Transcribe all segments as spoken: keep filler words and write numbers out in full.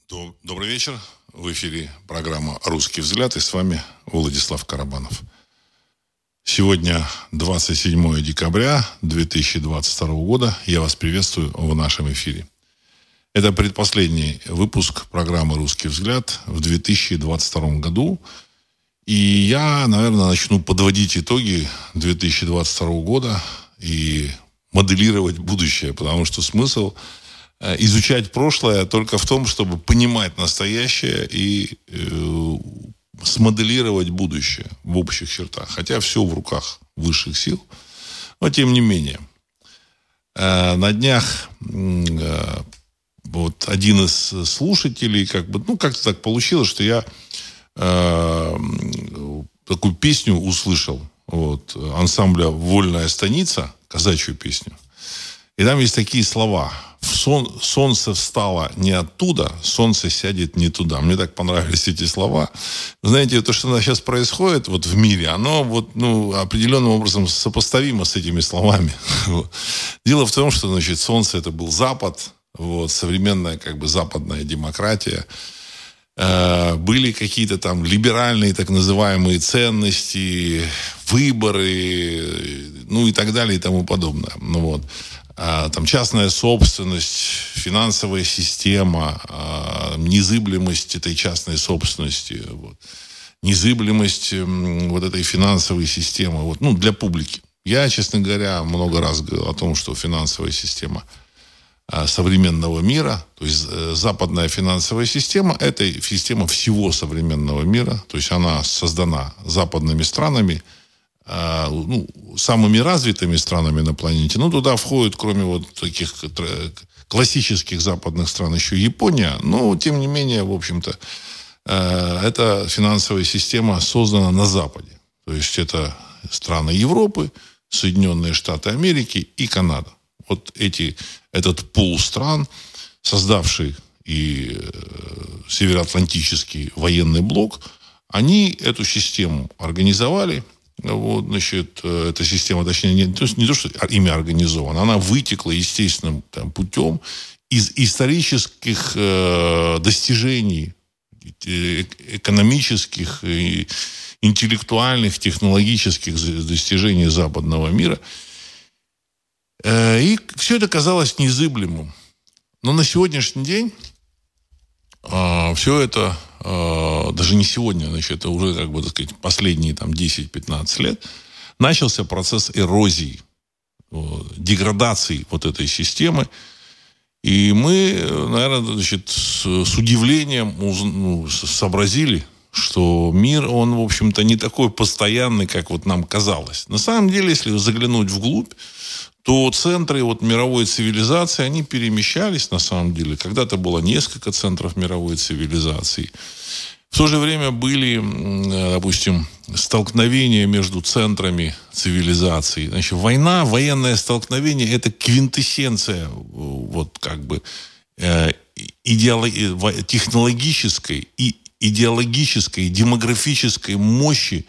Доб- Добрый вечер. В эфире программа «Русский взгляд» и с вами Владислав Карабанов. Сегодня двадцать седьмое декабря две тысячи двадцать второго года. Я вас приветствую в нашем эфире. Это предпоследний выпуск программы «Русский взгляд» в две тысячи двадцать втором году. И я, наверное, начну подводить итоги две тысячи двадцать второго года и моделировать будущее, потому что смысл изучать прошлое только в том, чтобы понимать настоящее и э, смоделировать будущее в общих чертах. Хотя все в руках высших сил. Но тем не менее. Э, на днях э, вот один из слушателей, как бы, ну, как-то так получилось, что я э, такую песню услышал. Вот, ансамбля «Вольная станица», казачью песню. И там есть такие слова. Сон, солнце встало не оттуда, солнце сядет не туда. Мне так понравились эти слова. Знаете, то, что сейчас происходит вот в мире, оно вот, ну, определенным образом сопоставимо с этими словами. Дело в том, что, значит, солнце это был Запад, вот, современная как бы западная демократия. Были какие-то там либеральные так называемые ценности, выборы, ну и так далее и тому подобное. Ну вот. Там частная собственность, финансовая система, незыблемость этой частной собственности, вот, незыблемость вот этой финансовой системы, вот, ну, для публики. Я, честно говоря, много раз говорил о том, что финансовая система современного мира, то есть западная финансовая система, это система всего современного мира, то есть она создана западными странами, ну, самыми развитыми странами на планете. Ну, туда входит, кроме вот таких классических западных стран, еще Япония. Но, тем не менее, в общем-то, эта финансовая система создана на Западе. То есть, это страны Европы, Соединенные Штаты Америки и Канада. Вот эти, этот пул стран, создавший и Североатлантический военный блок, они эту систему организовали. Вот, значит, эта система, точнее, не, то, не то, что ими организована, она вытекла естественным там, путем из исторических э, достижений, э, экономических, э, интеллектуальных, технологических достижений западного мира. Э, и все это казалось незыблемым. Но на сегодняшний день э, все это даже не сегодня, значит, это уже, как бы, так сказать, последние там, десять-пятнадцать лет, начался процесс эрозии, деградации вот этой системы. И мы, наверное, значит, с удивлением ну, сообразили, что мир, он, в общем-то, не такой постоянный, как вот нам казалось. На самом деле, если заглянуть вглубь, то центры вот мировой цивилизации, они перемещались, на самом деле. Когда-то было несколько центров мировой цивилизации. В то же время были, допустим, столкновения между центрами цивилизации. Значит, война, военное столкновение – это квинтэссенция вот как бы идеолог... технологической и идеологической, демографической мощи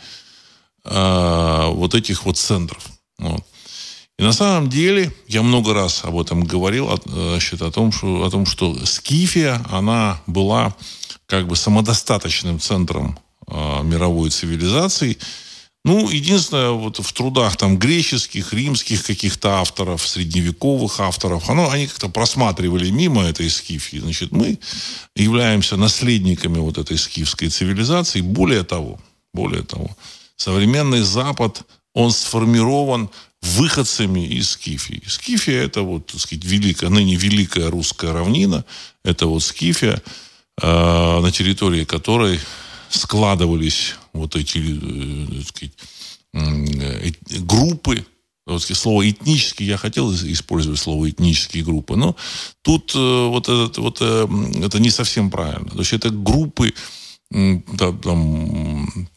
вот этих вот центров. Вот. И на самом деле, я много раз об этом говорил, значит, о том, что, о том, что Скифия, она была как бы самодостаточным центром э, мировой цивилизации. Ну, единственное, вот в трудах там греческих, римских каких-то авторов, средневековых авторов, оно, они как-то просматривали мимо этой Скифии. Значит, мы являемся наследниками вот этой скифской цивилизации. Более того, более того, современный Запад, он сформирован выходцами из Скифии. Скифия – это вот, так сказать, великая, ныне великая русская равнина. Это вот Скифия, э, на территории которой складывались вот эти, э, так сказать, э, группы. Вот, слово «этнический», я хотел использовать слово «этнические группы», но тут э, вот, это, вот э, это не совсем правильно. То есть это группы э, да, там,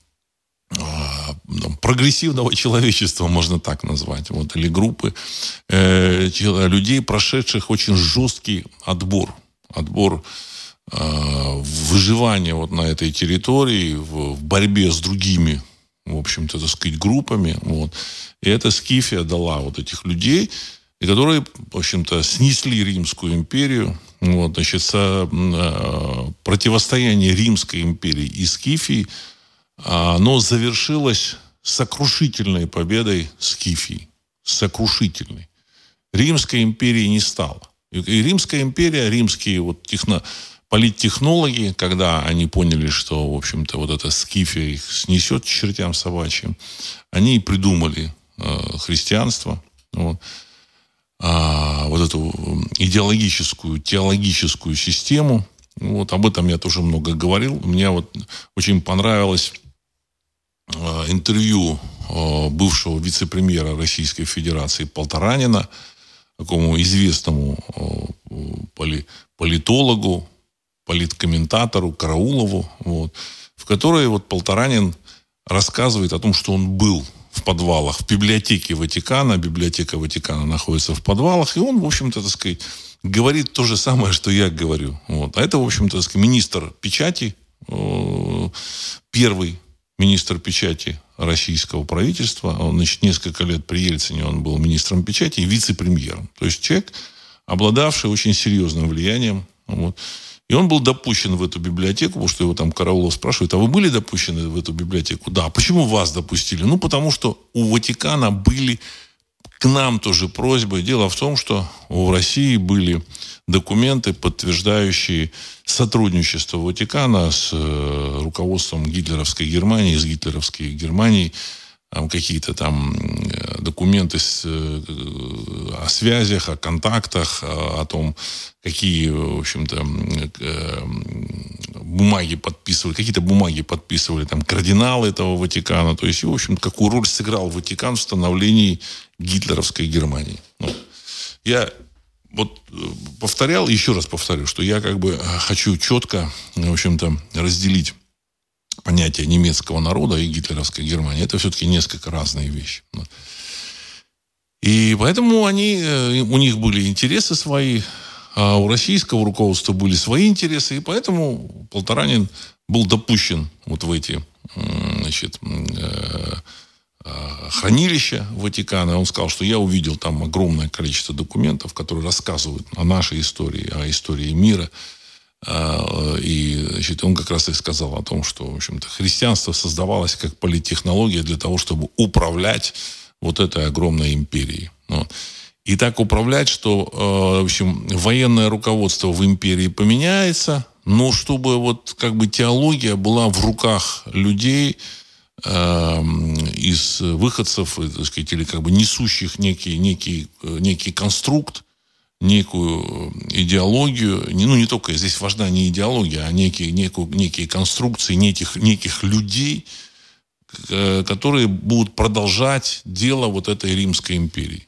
прогрессивного человечества, можно так назвать, вот, или группы э, людей, прошедших очень жесткий отбор, отбор э, выживания вот на этой территории в, в борьбе с другими, в общем-то, так сказать, группами, вот. И эта Скифия дала вот этих людей, и которые, в общем-то, снесли Римскую империю, вот, значит, со, э, противостояние Римской империи и Скифии, оно завершилось сокрушительной победой Скифии. Сокрушительной. Римской империи не стало. И Римская империя, римские вот техно, политтехнологи, когда они поняли, что, в общем-то, вот эта Скифия их снесет к чертям собачьим, они придумали э, христианство, вот, а, вот эту идеологическую, теологическую систему. Вот, об этом я тоже много говорил. Мне вот очень понравилось э, интервью э, бывшего вице-премьера Российской Федерации Полторанина, такому известному э, поли, политологу, политкомментатору Караулову, вот, в которой вот Полторанин рассказывает о том, что он был в подвалах, в библиотеке Ватикана. Библиотека Ватикана находится в подвалах, и он, в общем-то, так сказать, говорит то же самое, что я говорю. Вот. А это, в общем-то, так сказать, министр печати, э, первый министр печати российского правительства. Он, значит, несколько лет при Ельцине он был министром печати и вице-премьером. То есть человек, обладавший очень серьезным влиянием. Вот. И он был допущен в эту библиотеку, потому что его там Караулов спрашивает: а вы были допущены в эту библиотеку? Да. Почему вас допустили? Ну, потому что у Ватикана были к нам тоже просьбы. Дело в том, что у России были документы, подтверждающие сотрудничество Ватикана с э, руководством гитлеровской Германии, с гитлеровской Германией. Там какие-то там документы с, э, о связях, о контактах, о, о том, какие, в общем-то, э, бумаги подписывали, какие-то бумаги подписывали там кардиналы этого Ватикана. То есть, в общем, какую роль сыграл Ватикан в становлении гитлеровской Германии. Ну, я вот повторял, еще раз повторю, что я как бы хочу четко, в общем-то, разделить понятие немецкого народа и гитлеровской Германии. Это все-таки несколько разные вещи. И поэтому они, у них были интересы свои, а у российского руководства были свои интересы, и поэтому Полторанин был допущен вот в эти, значит, хранилища Ватикана. Он сказал, что я увидел там огромное количество документов, которые рассказывают о нашей истории, о истории мира. И, значит, он как раз и сказал о том, что, в общем-то, христианство создавалось как политтехнология для того, чтобы управлять вот этой огромной империей. Вот. И так управлять, что, в общем, военное руководство в империи поменяется, но чтобы вот как бы теология была в руках людей, из выходцев, так сказать, или как бы несущих некий, некий, некий конструкт, некую идеологию. Ну, не только здесь важна не идеология, а некие, некую, некие конструкции неких, неких людей, которые будут продолжать дело вот этой Римской империи.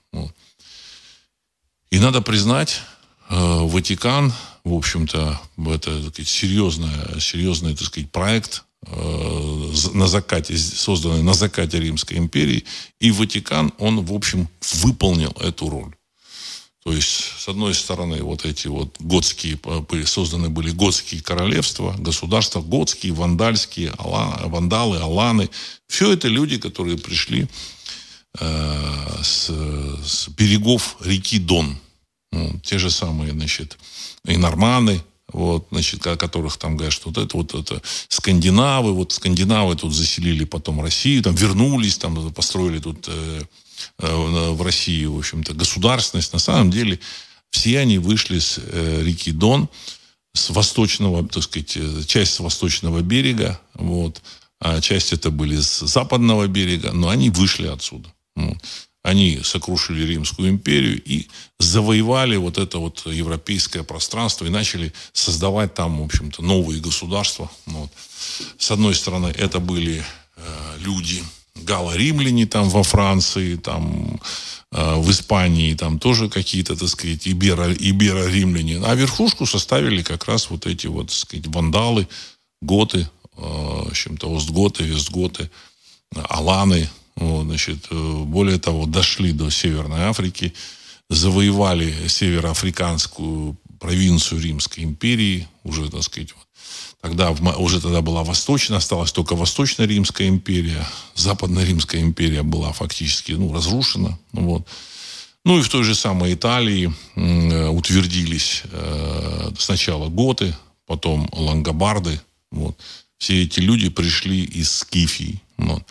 И надо признать, Ватикан, в общем-то, это, так сказать, серьезный, серьезный, так сказать, проект, на закате, созданный на закате Римской империи, и Ватикан, он, в общем, выполнил эту роль. То есть, с одной стороны, вот эти вот готские, созданы были готские королевства, государства готские, вандальские, ала, вандалы, аланы. Все это люди, которые пришли э, с, с берегов реки Дон. Ну, те же самые, значит, и норманы, вот, значит, о которых там говорят, что вот это вот это скандинавы, вот скандинавы тут заселили потом Россию, там вернулись, там построили тут э, э, в России, в общем-то, государственность. На самом деле все они вышли с э, реки Дон, с восточного, так сказать, часть с восточного берега, вот, а часть это были с западного берега, но они вышли отсюда. Вот. Они сокрушили Римскую империю и завоевали вот это вот европейское пространство и начали создавать там, в общем-то, новые государства. Вот. С одной стороны, это были э, люди, галло-римляне там во Франции, там э, в Испании, там тоже какие-то, так сказать, иберо, иберо-римляне. А верхушку составили как раз вот эти вот, так сказать, вандалы, готы, э, в общем-то, остготы, вестготы, аланы. Вот, значит, более того, дошли до Северной Африки, завоевали североафриканскую провинцию Римской империи, уже, так сказать, вот. Тогда, уже тогда была Восточная, осталась только Восточная Римская империя, Западная Римская империя была фактически, ну, разрушена. Вот. Ну и в той же самой Италии э, утвердились э, сначала готы, потом лангобарды. Вот. Все эти люди пришли из Скифии. Вот.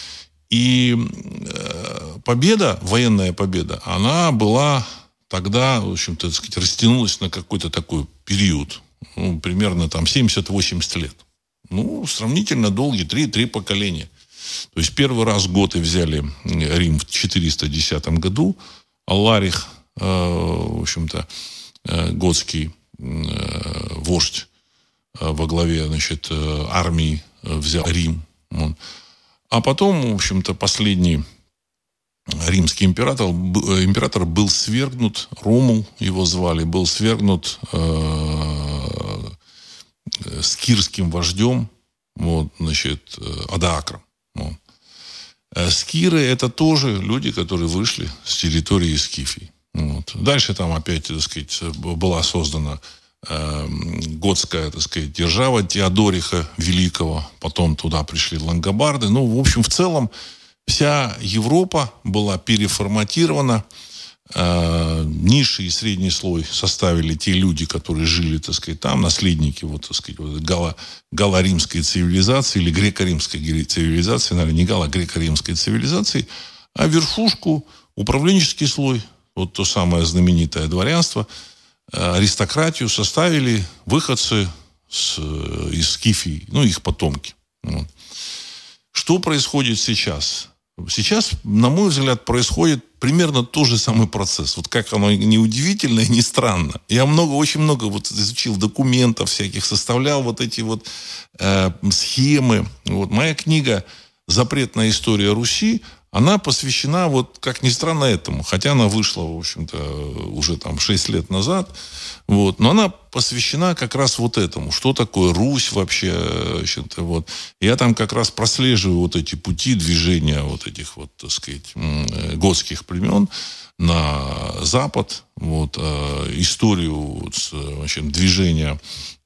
И э, победа, военная победа, она была тогда, в общем-то, так сказать, растянулась на какой-то такой период. Ну, примерно там семьдесят-восемьдесят лет. Ну, сравнительно долгий, три, три поколения. То есть первый раз готы взяли Рим в четыреста десятом году. Аларих, э, в общем-то, э, готский э, вождь э, во главе, значит, э, армии э, взял Рим. Вот. А потом, в общем-то, последний римский император, император был свергнут, Ромул его звали, был свергнут э, скирским вождем, вот, значит, Адаакром. Вот. Скиры — это тоже люди, которые вышли с территории Скифии. Вот. Дальше там опять, так сказать, была создана э, готская, так сказать, держава Теодориха Великого. Потом туда пришли лангобарды. Ну, в общем, в целом вся Европа была переформатирована. Э, низший и средний слой составили те люди, которые жили, так сказать, там, наследники, вот, так сказать, вот, гало, галло-римской цивилизации или греко-римской цивилизации, наверное, не гало, а греко-римской цивилизации, а верхушку, управленческий слой, вот то самое знаменитое дворянство, э, аристократию составили выходцы с, из Скифии, ну, их потомки. Вот. Что происходит сейчас? Сейчас, на мой взгляд, происходит примерно тот же самый процесс. Вот как оно не удивительно и не странно. Я много, очень много вот изучил документов всяких, составлял вот эти вот э, схемы. Вот. Моя книга «Запретная история Руси», она посвящена, вот, как ни странно, этому. Хотя она вышла, в общем-то, уже там шесть лет назад. Вот. Но она посвящена как раз вот этому. Что такое Русь вообще? В вот. Я там как раз прослеживаю вот эти пути движения вот этих вот, так сказать, готских племен на запад. Вот. Историю вот, в общем, движения,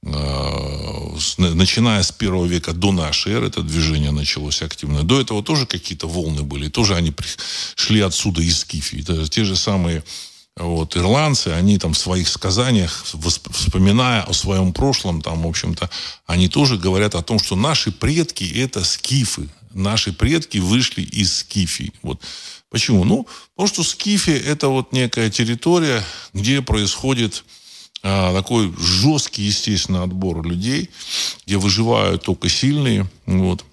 начиная с первого века до нашей эры, это движение началось активно. До этого тоже какие-то волны были. Тоже они шли отсюда из Скифии. Те же самые вот, ирландцы, они там в своих сказаниях, вспоминая о своем прошлом, там, в общем-то, они тоже говорят о том, что наши предки — это скифы. Наши предки вышли из Скифии. Вот. Почему? Ну, потому что Скифия — это вот некая территория, где происходит а, такой жесткий, естественно, отбор людей, где выживают только сильные. Вот.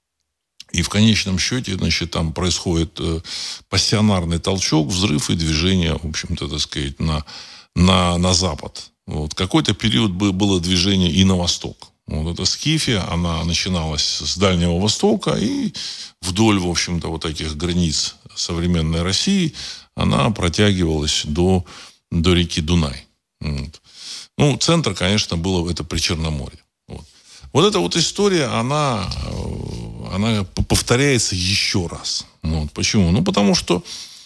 И в конечном счете, значит, там происходит э, пассионарный толчок, взрыв и движение, в общем-то, так сказать, на, на, на запад. Вот. Какой-то период было движение и на восток. Вот эта Скифия, она начиналась с Дальнего Востока и вдоль, в общем-то, вот этих границ современной России она протягивалась до, до реки Дунай. Вот. Ну, центр, конечно, было это Причерноморье. Вот. Вот эта вот история, она... она повторяется еще раз. Вот. Почему? Ну, потому что,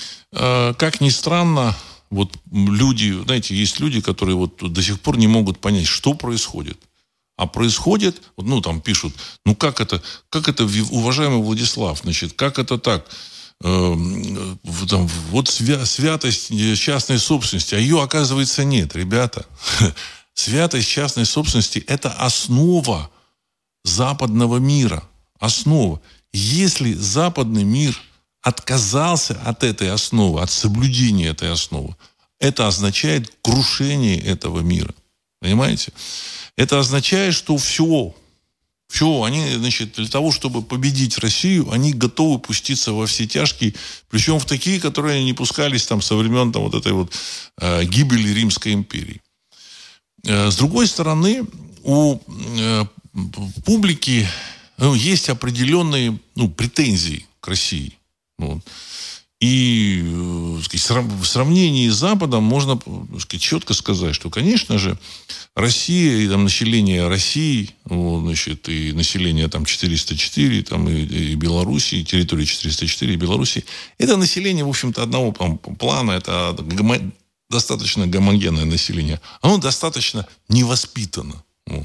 э, как ни странно, вот люди, знаете, есть люди, которые вот до сих пор не могут понять, что происходит. А происходит, ну, там пишут, ну, как это, как это, уважаемый Владислав, значит, как это так? Э, там, вот свя- святость частной собственности, а ее, оказывается, нет, ребята. Святость частной собственности – это основа западного мира. Основа. Если западный мир отказался от этой основы, от соблюдения этой основы, это означает крушение этого мира. Понимаете? Это означает, что все, все, они, значит, для того, чтобы победить Россию, они готовы пуститься во все тяжкие, причем в такие, которые не пускались там со времен там, вот этой вот э, гибели Римской империи. Э, с другой стороны, у э, публики ну, есть определенные ну, претензии к России. Вот. И э, сказать, в сравнении с Западом можно сказать, четко сказать, что, конечно же, Россия и там, население России, вот, значит, и население там, четыреста четыре, там, и, и Белоруссии, территория четыреста четыре и Белоруссии, это население, в общем-то, одного там, плана, это гомо- достаточно гомогенное население. Оно достаточно невоспитано. Вот.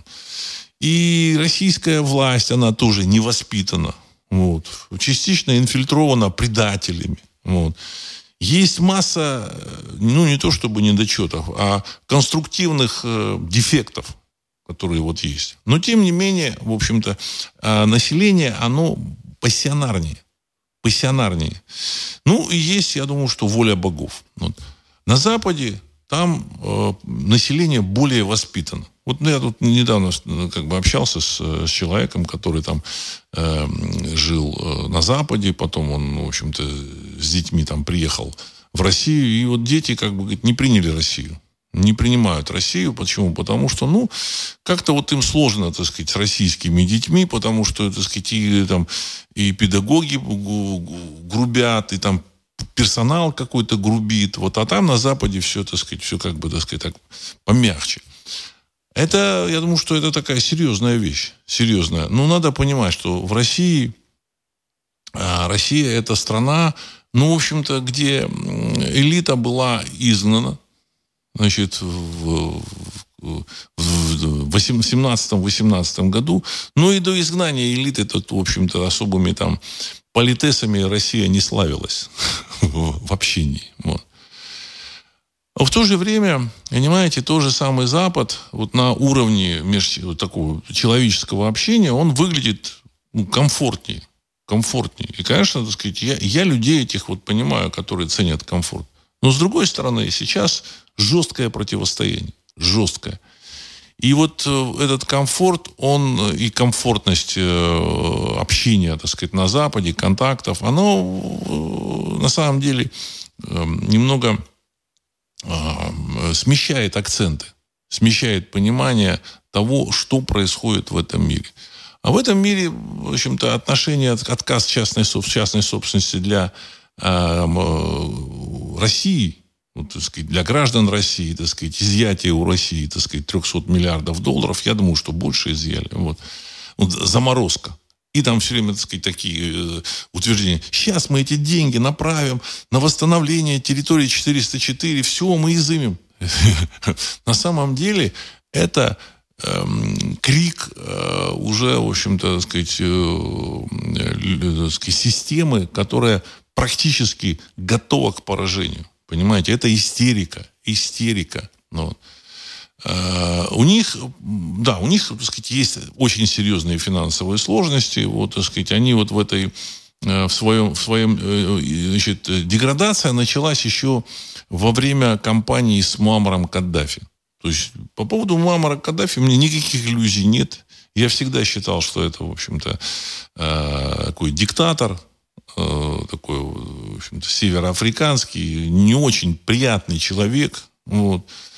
И российская власть, она тоже не воспитана. Вот. Частично инфильтрована предателями. Вот. Есть масса, ну, не то чтобы недочетов, а конструктивных э, дефектов которые вот есть. Но, тем не менее, в общем-то, население, оно пассионарнее. Пассионарнее. Ну, и есть, я думаю, что воля богов. Вот. На Западе там э, население более воспитано. Вот я тут недавно как бы общался с, с человеком, который там э, жил на Западе, потом он, в общем-то, с детьми там приехал в Россию, и вот дети как бы говорит, не приняли Россию. Не принимают Россию. Почему? Потому что, ну, как-то вот им сложно, так сказать, с российскими детьми, потому что, так сказать, и, там, и педагоги грубят, и там персонал какой-то грубит. Вот, а там на Западе все, так сказать, все как бы, так сказать, так помягче. Это, я думаю, что это такая серьезная вещь. Серьезная. Но надо понимать, что в России, а Россия это страна, ну, в общем-то, где элита была изгнана. Значит, в, в, в семнадцатом-восемнадцатом году, ну и до изгнания элиты, тут, в общем-то, особыми там политесами Россия не славилась в общении. Вот. А в то же время, понимаете, тот же самый Запад, вот на уровне меж, вот такого человеческого общения, он выглядит ну, комфортнее. Комфортнее. И, конечно, так сказать, я, я людей этих вот понимаю, которые ценят комфорт. Но, с другой стороны, сейчас жесткое противостояние. Жесткое. И вот этот комфорт, он и комфортность общения, так сказать, на Западе, контактов, оно на самом деле немного смещает акценты, смещает понимание того, что происходит в этом мире. А в этом мире, в общем-то, отношение, отказ частной, частной собственности для России, ну, так сказать, для граждан России, так сказать, изъятие у России, так сказать, триста миллиардов долларов, я думаю, что больше изъяли. Вот. Вот заморозка. И там все время, так сказать, такие э, утверждения. Сейчас мы эти деньги направим на восстановление территории четыреста четыре. Все, мы изымем. На самом деле, это крик уже, в общем-то, так сказать, системы, которая практически готова к поражению. Понимаете, это истерика. Истерика. Ну, э, у них, да, у них, так сказать, есть очень серьезные финансовые сложности. Вот, так сказать, они вот в этой, э, в своем, в своем э, значит, деградация началась еще во время кампании с Муаммаром Каддафи. То есть, по поводу Муаммара Каддафи у меня никаких иллюзий нет. Я всегда считал, что это, в общем-то, э, такой диктатор, такой, в общем-то, североафриканский, не очень приятный человек, вот,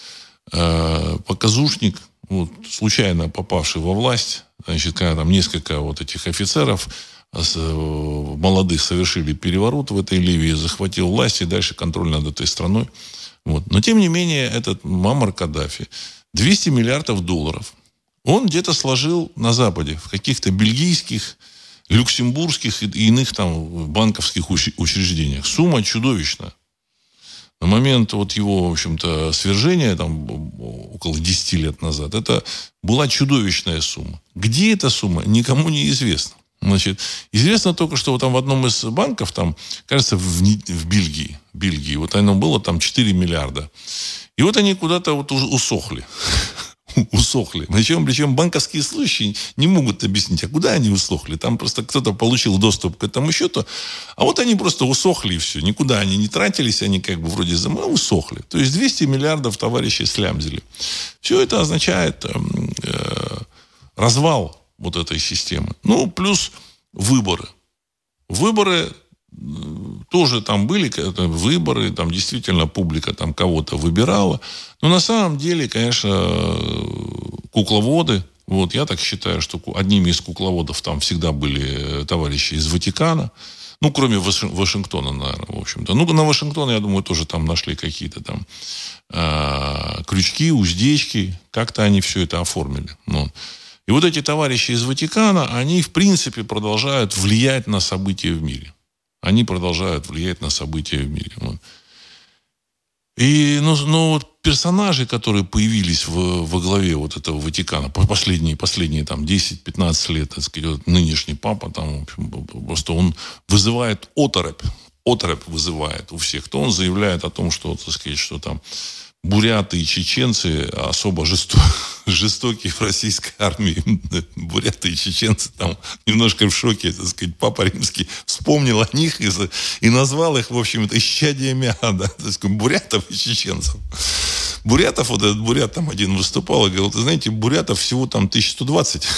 э, показушник, вот, случайно попавший во власть, значит, когда там несколько вот этих офицеров с, молодых совершили переворот в этой Ливии, захватил власть и дальше контроль над этой страной. Вот. Но, тем не менее, этот Муаммар Каддафи двести миллиардов долларов он где-то сложил на Западе, в каких-то бельгийских, люксембургских и иных там банковских учреждениях. Сумма чудовищная. На момент вот его, в общем-то, свержения, там, около десяти лет назад, это была чудовищная сумма. Где эта сумма, никому не известно. Значит, известно только, что вот там в одном из банков, там, кажется, в, в Бельгии, Бельгии, вот оно было там четыре миллиарда. И вот они куда-то вот усохли. усохли. Причем, причем банковские служащие не могут объяснить, а куда они усохли. Там просто кто-то получил доступ к этому счету, а вот они просто усохли и все. Никуда они не тратились, они как бы вроде зам... усохли. То есть двести миллиардов товарищи слямзили. Все это означает э, э, развал вот этой системы. Ну, плюс выборы. Выборы тоже там были выборы, там действительно публика там кого-то выбирала. Но на самом деле, конечно, кукловоды, вот я так считаю, что одними из кукловодов там всегда были товарищи из Ватикана. Ну, кроме Вашингтона, наверное, в общем-то. Ну, на Вашингтон, я думаю, тоже там нашли какие-то там э, крючки, уздечки. Как-то они все это оформили. Ну. И вот эти товарищи из Ватикана, они, в принципе, продолжают влиять на события в мире. Они продолжают влиять на события в мире. Вот. И, ну, ну, вот персонажи, которые появились в, во главе вот этого Ватикана, последние, последние там, десять-пятнадцать лет, так сказать, вот нынешний папа, там, в общем, просто он вызывает оторопь. Оторопь вызывает у всех. То он заявляет о том, что, так сказать, что там буряты и чеченцы особо жесто... жестокие в российской армии. Буряты и чеченцы там немножко в шоке, так сказать, Папа Римский вспомнил о них и, и назвал их, в общем-то, исчадиями ада. Так сказать, бурятов и чеченцев. Бурятов, вот этот бурят там один выступал и говорил, ты знаете, бурятов всего там тысяча сто двадцать.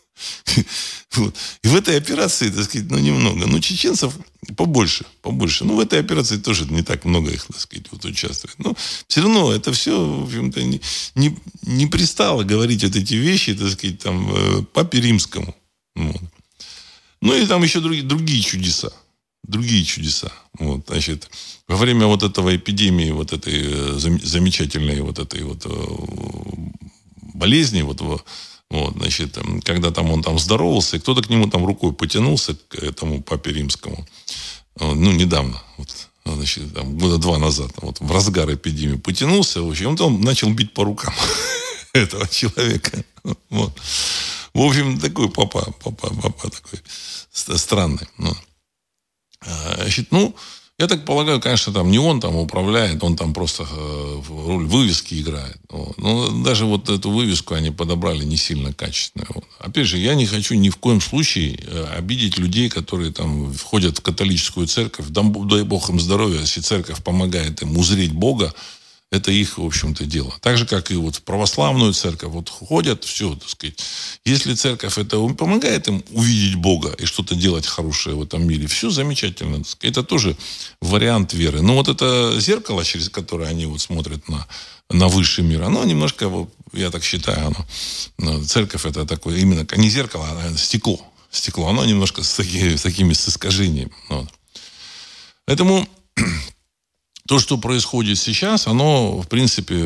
Вот. И в этой операции, так сказать, ну, немного. Ну, чеченцев побольше, побольше. Ну, в этой операции тоже не так много их, так сказать, вот участвует. Но все равно это все, в общем-то, не, не, не пристало говорить вот эти вещи, так сказать, там, э, Папе Римскому. Вот. Ну, и там еще другие, другие чудеса. Другие чудеса. Вот, значит, во время вот этого эпидемии, вот этой э, замечательной вот этой вот э, болезни, вот Вот, значит, когда там он там здоровался, кто-то к нему там рукой потянулся, к этому Папе Римскому. Ну, недавно, вот, значит, там, года два назад, вот, в разгар эпидемии потянулся, в общем, он начал бить по рукам этого человека. Вот. В общем, такой папа, папа, папа такой странный. Ну, значит, ну, я так полагаю, конечно, там не он там управляет, он там просто э, роль вывески играет. Вот. Но даже вот эту вывеску они подобрали не сильно качественную. Вот. Опять же, я не хочу ни в коем случае э, обидеть людей, которые там входят в католическую церковь. Дай Бог им здоровья, если церковь помогает им узреть Бога, это их, в общем-то, дело. Так же, как и вот в православную церковь. Вот ходят, все, так сказать. Если церковь это помогает им увидеть Бога и что-то делать хорошее в этом мире, все замечательно. Так сказать. Это тоже вариант веры. Но вот это зеркало, через которое они вот смотрят на, на высший мир, оно немножко, вот, я так считаю, оно, церковь это такое, именно не зеркало, а стекло. Стекло, оно немножко с, таки, с такими с искажениями. Вот. Поэтому то, что происходит сейчас, оно, в принципе,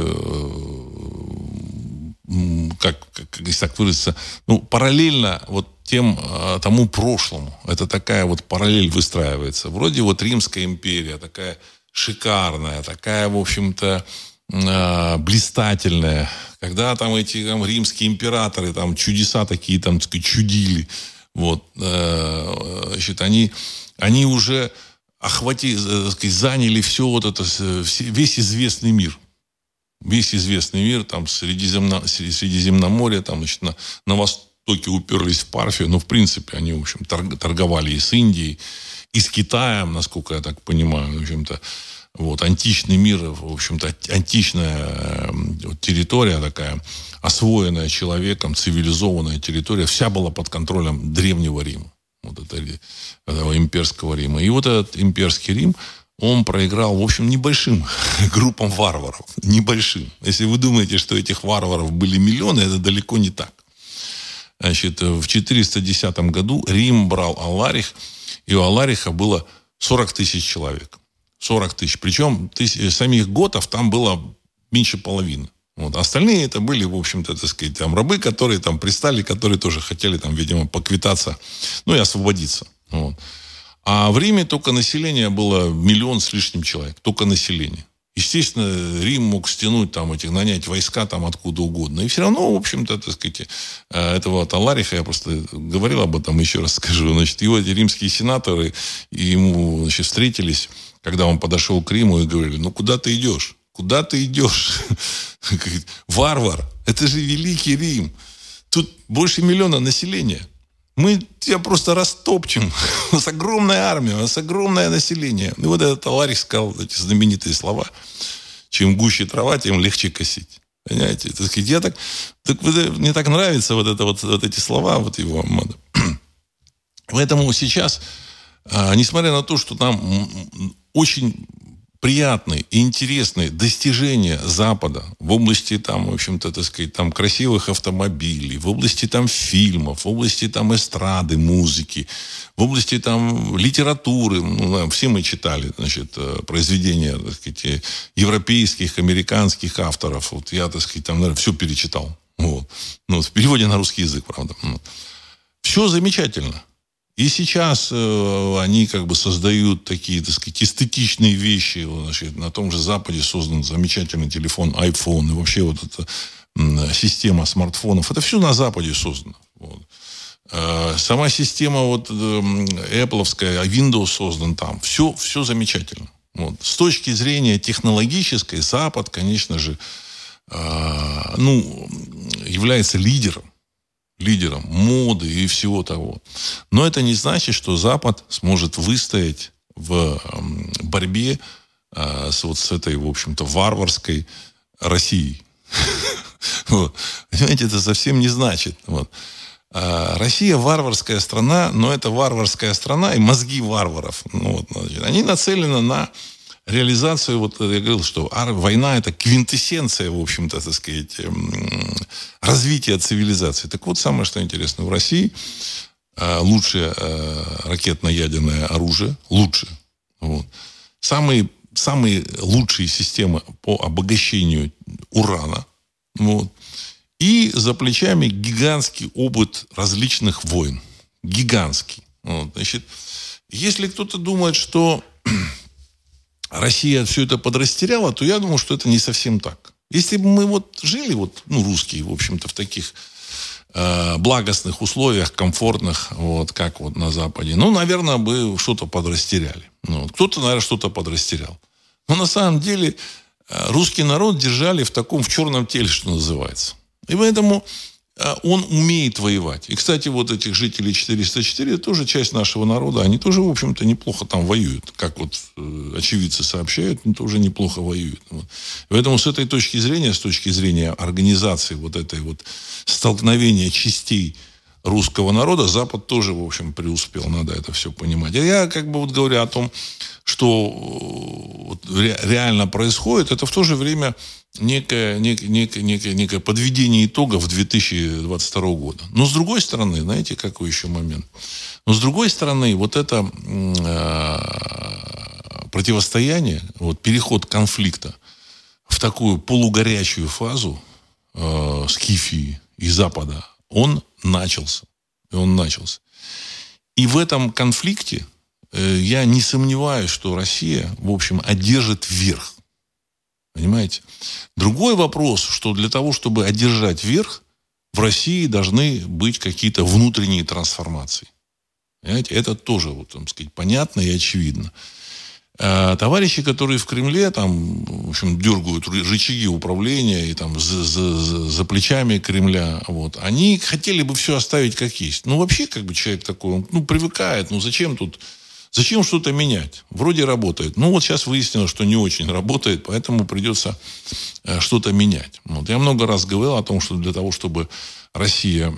как, как если так выразиться, ну, параллельно вот тем, тому прошлому. Это такая вот параллель выстраивается. Вроде вот Римская империя, такая шикарная, такая, в общем-то, блистательная. Когда там эти там, римские императоры, там чудеса такие, там, так сказать, чудили. Вот, значит, они, они уже охватили, заняли все вот это, весь известный мир. Весь известный мир, там, Средиземно, Средиземноморье, там, значит, на, на востоке уперлись в Парфию, но, в принципе, они, в общем, торговали и с Индией, и с Китаем, насколько я так понимаю, в общем-то, вот, античный мир, в общем-то, античная вот, территория такая, освоенная человеком, цивилизованная территория, вся была под контролем Древнего Рима. Вот это, этого имперского Рима. И вот этот имперский Рим, он проиграл, в общем, небольшим группам варваров. Небольшим. Если вы думаете, что этих варваров были миллионы, это далеко не так. Значит, в четыреста десятом году Рим брал Аларих, и у Алариха было сорок тысяч человек. сорок тысяч. Причем тысяч, самих готов там было меньше половины. Вот. Остальные это были, в общем-то, так сказать, там, рабы, которые там пристали, которые тоже хотели, там, видимо, поквитаться, ну и освободиться. Вот. А в Риме только население было миллион с лишним человек. Только население. Естественно, Рим мог стянуть, там, этих, нанять войска там откуда угодно. И все равно, в общем-то, так сказать, этого вот Алариха, я просто говорил об этом, еще раз скажу, значит, его эти римские сенаторы ему, значит, встретились, когда он подошел к Риму и говорили, ну, куда ты идешь? Куда ты идешь? Варвар, это же великий Рим. Тут больше миллиона населения. Мы тебя просто растопчем. У нас огромная армия, у нас огромное население. И вот этот Аларих сказал эти знаменитые слова. Чем гуще трава, тем легче косить. Понимаете? Так сказать, я так, так, мне так нравятся вот, это, вот, вот эти слова вот его. Поэтому сейчас, несмотря на то, что нам очень приятные и интересные достижения Запада в области, там, в общем-то, так сказать, там, красивых автомобилей, в области там, фильмов, в области там, эстрады, музыки, в области там, литературы. Ну, все мы читали, значит, произведения, так сказать, европейских, американских авторов. Вот я, так сказать, там, наверное, все перечитал. Вот. Ну, в переводе на русский язык, правда. Все замечательно. И сейчас э, они как бы создают такие, так сказать, эстетичные вещи. Значит, на том же Западе создан замечательный телефон iPhone. И вообще вот эта э, система смартфонов. Это все на Западе создано. Вот. Э, сама система вот, э, Apple-овская, Windows создан там. Все, все замечательно. Вот. С точки зрения технологической, Запад, конечно же, э, ну, является лидером. лидером моды и всего того. Но это не значит, что Запад сможет выстоять в борьбе э, с, вот с этой, в общем-то, варварской Россией. Вот. Понимаете, это совсем не значит. Вот. А Россия варварская страна, но это варварская страна и мозги варваров. Ну, вот, значит, они нацелены на реализацию, вот я говорил, что война это квинтэссенция, в общем-то, так сказать, развития цивилизации. Так вот, самое что интересно, в России лучшее ракетно-ядерное оружие, лучше. Вот. Самые, самые лучшие системы по обогащению урана. Вот. И за плечами гигантский опыт различных войн. Гигантский. Вот. Значит, если кто-то думает, что Россия все это подрастеряла, то я думаю, что это не совсем так. Если бы мы вот жили, вот, ну, русские, в общем-то, в таких э, благостных условиях, комфортных, вот, как вот на Западе, ну, наверное, бы что-то подрастеряли. Ну, вот, кто-то, наверное, что-то подрастерял. Но на самом деле э, русский народ держали в таком, в черном теле, что называется. И поэтому э, он умеет воевать. И, кстати, вот этих жителей четыреста четыре, тоже часть нашего народа, они тоже, в общем-то, неплохо там воюют. Как вот э, очевидцы сообщают, они тоже неплохо воюют. Вот. Поэтому с этой точки зрения, с точки зрения организации вот этой вот столкновения частей русского народа, Запад тоже, в общем, преуспел. Надо это все понимать. А я как бы вот говорю о том, что вот ре- реально происходит, это в то же время некое, некое, некое, некое, некое подведение итогов две тысячи двадцать второго года. Но с другой стороны, знаете, какой еще момент? Но с другой стороны, вот это э, противостояние, вот переход конфликта в такую полугорячую фазу э, Скифии и Запада, он начался. И он начался. И в этом конфликте э, я не сомневаюсь, что Россия, в общем, одержит верх. Понимаете? Другой вопрос, что для того, чтобы одержать верх, в России должны быть какие-то внутренние трансформации. Понимаете? Это тоже, вот, так сказать, понятно и очевидно. А товарищи, которые в Кремле там, в общем, дергают рычаги управления и там за, за, за плечами Кремля, вот, они хотели бы все оставить как есть. Ну, вообще, как бы человек такой, он, ну, привыкает, ну, зачем тут Зачем что-то менять? Вроде работает. Ну, вот сейчас выяснилось, что не очень работает, поэтому придется э, что-то менять. Вот. Я много раз говорил о том, что для того, чтобы Россия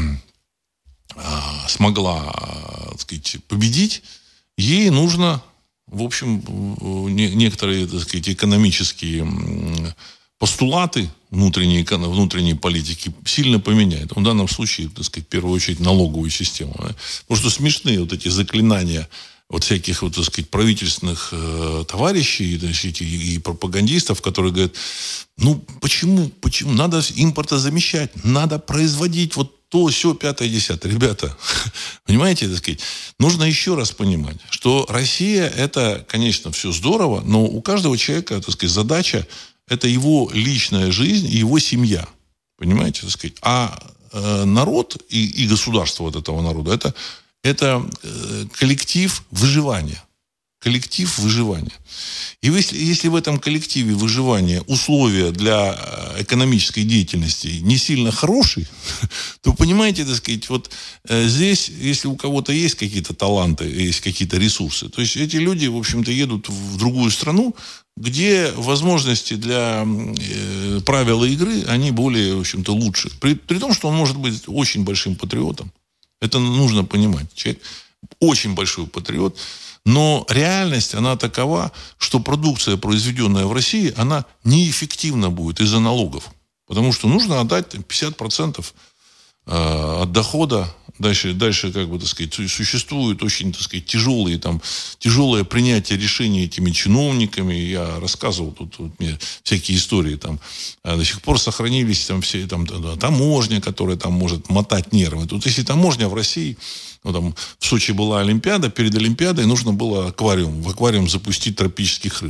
э, смогла, э, так сказать, победить, ей нужно, в общем, не, некоторые, так сказать, экономические постулаты внутренней, внутренней политики сильно поменять. В данном случае, так сказать, в первую очередь, налоговую систему. Потому что смешные вот эти заклинания вот всяких, вот, так сказать, правительственных э, товарищей значит, и, и пропагандистов, которые говорят, ну, почему, почему? Надо импортозамещать, надо производить вот то, сё, пятое, десятое. Ребята, понимаете, так сказать, нужно еще раз понимать, что Россия, это, конечно, все здорово, но у каждого человека, так сказать, задача это его личная жизнь и его семья. Понимаете, так сказать. А э, народ и, и государство вот этого народа, это, это э, коллектив выживания. Коллектив выживания. И если, если в этом коллективе выживания условия для экономической деятельности не сильно хорошие, то, понимаете, так сказать, вот э, здесь, если у кого-то есть какие-то таланты, есть какие-то ресурсы, то есть эти люди, в общем-то, едут в другую страну, где возможности для э, правила игры, они более, в общем-то, лучше. При, при том, что он может быть очень большим патриотом. Это нужно понимать. Человек очень большой патриот. Но реальность, она такова, что продукция, произведенная в России, она неэффективна будет из-за налогов. Потому что нужно отдать пятьдесят процентов э, от дохода. Дальше, дальше, как бы, так сказать, существует очень, так сказать, тяжелые, там, тяжелое принятие решений этими чиновниками. Я рассказывал тут, тут мне всякие истории. Там, до сих пор сохранились там, все там, таможня, которая там может мотать нервы. Тут если таможня в России, ну, там, в Сочи была Олимпиада, перед Олимпиадой нужно было аквариум, в аквариум запустить тропических рыбок.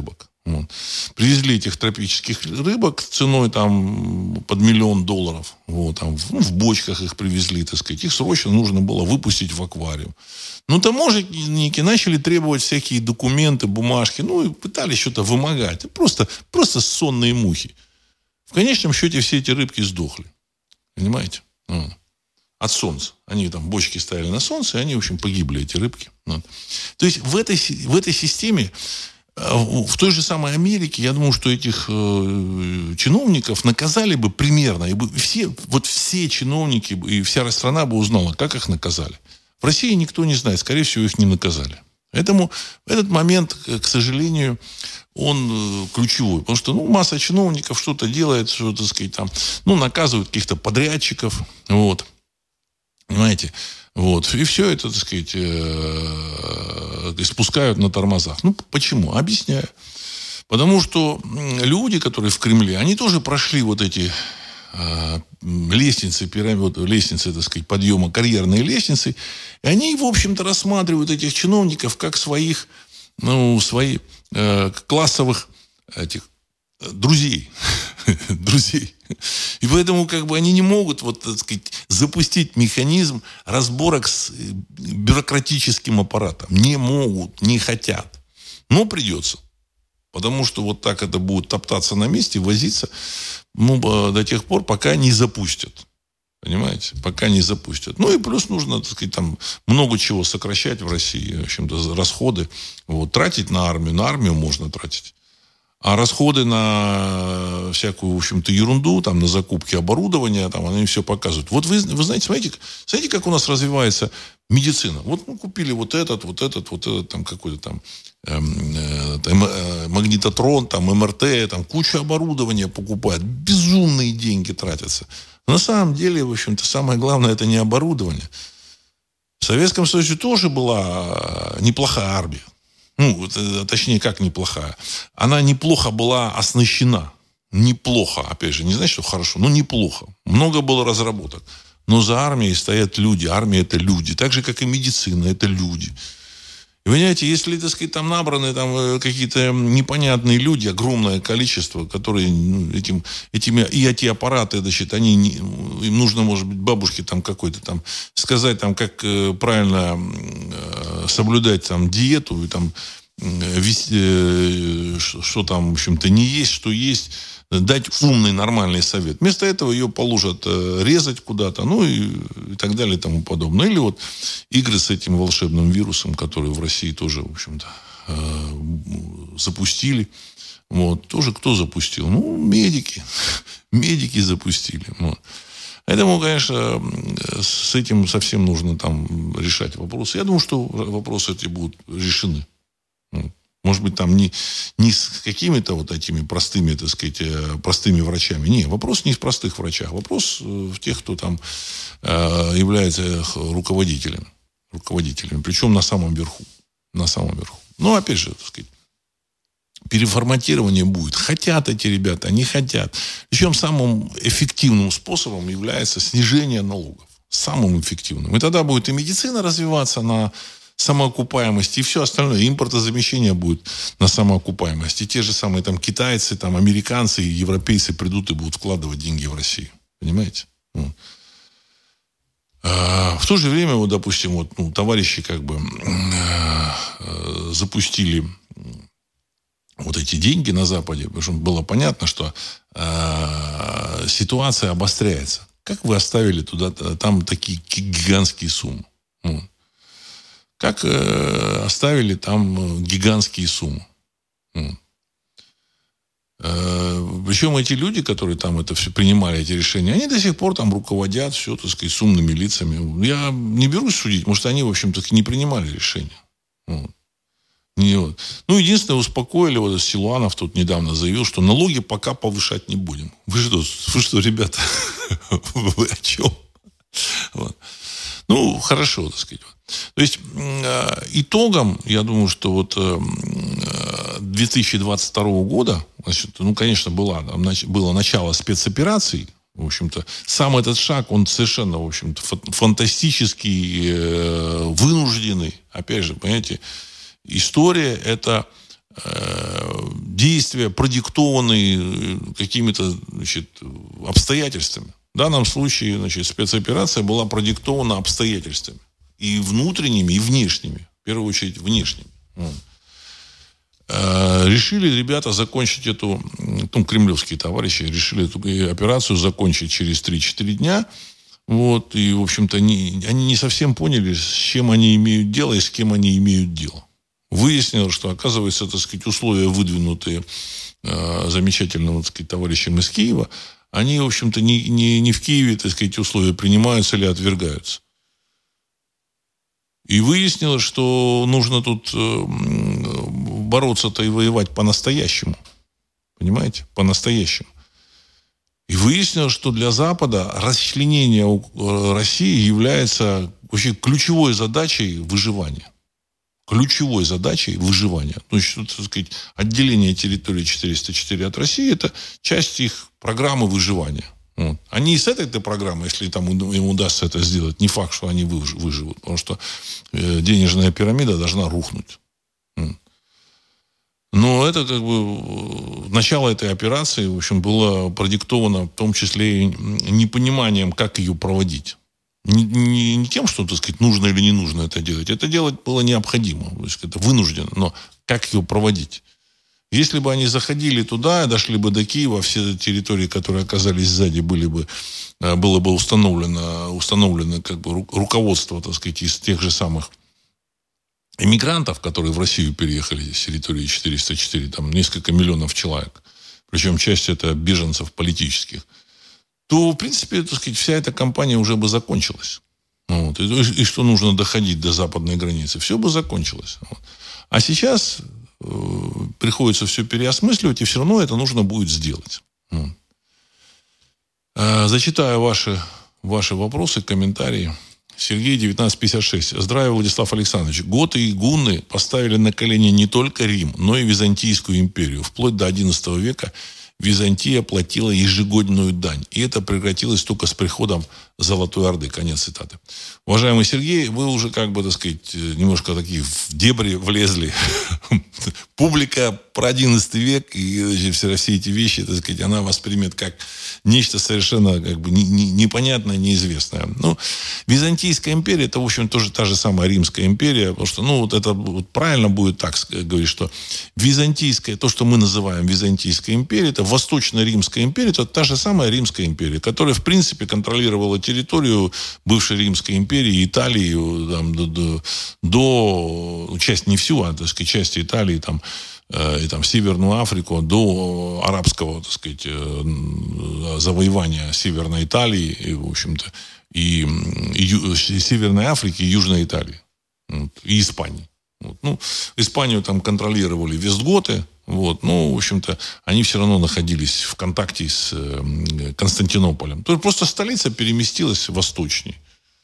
Вот. Привезли этих тропических рыбок ценой там под миллион долларов. Вот, там, ну, в бочках их привезли, так сказать. Их срочно нужно было выпустить в аквариум. Ну, таможенники начали требовать всякие документы, бумажки. Ну, и пытались что-то вымогать. Просто, просто сонные мухи. В конечном счете все эти рыбки сдохли. Понимаете? Вот. От солнца. Они там бочки ставили на солнце, и они, в общем, погибли, эти рыбки. Вот. То есть в этой, в этой системе, в той же самой Америке, я думаю, что этих э, чиновников наказали бы примерно. И бы все, вот все чиновники и вся страна бы узнала, как их наказали. В России никто не знает. Скорее всего, их не наказали. Поэтому этот момент, к сожалению, он ключевой. Потому что ну, масса чиновников что-то делает, что-то, так сказать, там, ну, наказывают каких-то подрядчиков. Вот. Понимаете? Вот. И все это, так сказать, спускают на тормозах. Ну, почему? Объясняю. Потому что люди, которые в Кремле, они тоже прошли вот эти э, лестницы, пирамид, лестницы, так сказать, подъема, карьерные лестницы. И они, в общем-то, рассматривают этих чиновников как своих, ну, своих э, классовых этих друзей. друзей. И поэтому как бы они не могут вот, так сказать, запустить механизм разборок с бюрократическим аппаратом. Не могут, не хотят. Но придется. Потому что вот так это будет топтаться на месте, возиться ну, до тех пор, пока не запустят. Понимаете? Пока не запустят. Ну и плюс нужно, так сказать, там много чего сокращать в России. В общем-то, расходы. Вот, тратить на армию. На армию можно тратить. А расходы на всякую, в общем-то, ерунду, там, на закупки оборудования, там, они все показывают. Вот вы, вы знаете, смотрите, смотрите, как у нас развивается медицина. Вот мы купили вот этот, вот этот, вот этот, там, какой-то там эм, э, магнитотрон, там, эм эр тэ, там, кучу оборудования покупают. Безумные деньги тратятся. Но на самом деле, в общем-то, самое главное, это не оборудование. В Советском Союзе тоже была неплохая армия. Ну, точнее, как неплохая. Она неплохо была оснащена. Неплохо, опять же, не значит, что хорошо, но неплохо. Много было разработок. Но за армией стоят люди. Армия – это люди. Так же, как и медицина – это люди. И, понимаете, если, так сказать, там набраны там, какие-то непонятные люди, огромное количество, которые ну, этим, этими, и эти аппараты, значит, они, не, им нужно, может быть, бабушке там какой-то там сказать, там, как э, правильно э, соблюдать там диету, и там, э, вести, э, что, что там, в общем-то, не есть, что есть, дать умный, нормальный совет. Вместо этого ее положат э, резать куда-то, ну и, и так далее и тому подобное. Или вот игры с этим волшебным вирусом, который в России тоже, в общем-то, э, запустили. Вот. Тоже кто запустил? Ну, медики. Медики запустили. Вот. Поэтому, конечно, с этим совсем нужно там решать вопросы. Я думаю, что вопросы эти будут решены. Может быть, там не, не с какими-то вот этими простыми, так сказать, простыми врачами. Не, вопрос не в простых врачах. Вопрос в тех, кто там э, является руководителем. Руководителями. Причем на самом верху. На самом верху. Но, опять же, так сказать, переформатирование будет. Хотят эти ребята, не хотят. Причем самым эффективным способом является снижение налогов. Самым эффективным. И тогда будет и медицина развиваться на самоокупаемости, и все остальное. Импортозамещение будет на самоокупаемости. И те же самые там китайцы, там американцы и европейцы придут и будут вкладывать деньги в Россию. Понимаете? Вот. А в то же время, вот, допустим, вот, ну, товарищи как бы э, запустили вот эти деньги на Западе, потому что было понятно, что э, ситуация обостряется. Как вы оставили туда, там такие гигантские суммы? Вот. Как э, оставили там гигантские суммы. Mm. Э, причем эти люди, которые там это все принимали, эти решения, они до сих пор там руководят все, так сказать, с умными лицами. Я не берусь судить, может, они, в общем-то, не принимали решения. Вот. Не, вот. Ну, единственное, успокоили, вот Силуанов тут недавно заявил, что налоги пока повышать не будем. Вы что, вы что, ребята, вы о чем? Вот. Ну, хорошо, так сказать. То есть, итогом, я думаю, что вот две тысячи двадцать второго года, значит, ну, конечно, была, было начало спецопераций, в общем-то, сам этот шаг, он совершенно, в общем-то, фантастический, вынужденный. Опять же, понимаете, история – это действия, продиктованные какими-то, значит, обстоятельствами. В данном случае, значит, спецоперация была продиктована обстоятельствами. И внутренними, и внешними. В первую очередь, внешними. Решили ребята закончить эту, ну, кремлевские товарищи, решили эту операцию закончить через три-четыре дня. Вот, и, в общем-то, они, они не совсем поняли, с чем они имеют дело и с кем они имеют дело. Выяснилось, что, оказывается, так сказать, условия, выдвинутые э, замечательным, так сказать, товарищем из Киева, они, в общем-то, не, не, не в Киеве, так сказать, условия принимаются или отвергаются. И выяснилось, что нужно тут э, бороться-то и воевать по-настоящему. Понимаете? По-настоящему. И выяснилось, что для Запада расчленение России является вообще ключевой задачей выживания. Ключевой задачей выживания. То есть, так сказать, отделение территории четыреста четыре от России – это часть их программы выживания. Вот. Они и с этой программой, если там им удастся это сделать, не факт, что они выживут. Потому что денежная пирамида должна рухнуть. Но это как бы начало этой операции, в общем, было продиктовано в том числе и непониманием, как ее проводить. Не, не, не тем, что, так сказать, нужно или не нужно это делать. Это делать было необходимо. То есть это вынуждено. Но как ее проводить? Если бы они заходили туда, дошли бы до Киева, все территории, которые оказались сзади, были бы, было бы установлено, установлено как бы руководство, так сказать, из тех же самых иммигрантов, которые в Россию переехали с территории четыреста четыре, там несколько миллионов человек, причем часть это беженцев политических, то, в принципе, так сказать, вся эта кампания уже бы закончилась. Вот. И, и что нужно доходить до западной границы, все бы закончилось. Вот. А сейчас э, приходится все переосмысливать, и все равно это нужно будет сделать. Вот. Э, зачитаю ваши, ваши вопросы, комментарии. Сергей, девятнадцать пятьдесят шесть. Здравия, Владислав Александрович. Готы и гунны поставили на колени не только Рим, но и Византийскую империю. Вплоть до одиннадцатого века Византия платила ежегодную дань. И это прекратилось только с приходом Золотой Орды. Конец цитаты. Уважаемый Сергей, вы уже, как бы, так сказать, немножко такие в дебри влезли. Публика про одиннадцатый век и, значит, все, все эти вещи, так сказать, она воспримет как нечто совершенно, как бы, не, не, непонятное, неизвестное. Ну, Византийская империя, это, в общем, тоже та же самая Римская империя, потому что, ну, вот это вот правильно будет так говорить, что Византийская, то, что мы называем Византийской империей, это Восточная Римская империя, это та же самая Римская империя, которая, в принципе, контролировала территорию бывшей Римской империи, Италии, там, до, до, до, часть не всю, а, так сказать, часть Италии, там, и там Северную Африку, до арабского, так сказать, завоевания Северной Италии, и, в общем-то, и, и Северной Африки, и Южной Италии, вот, и Испании. Вот. Ну, Испанию там контролировали вестготы, вот, но, в общем-то, они все равно находились в контакте с Константинополем. То есть просто столица переместилась восточнее.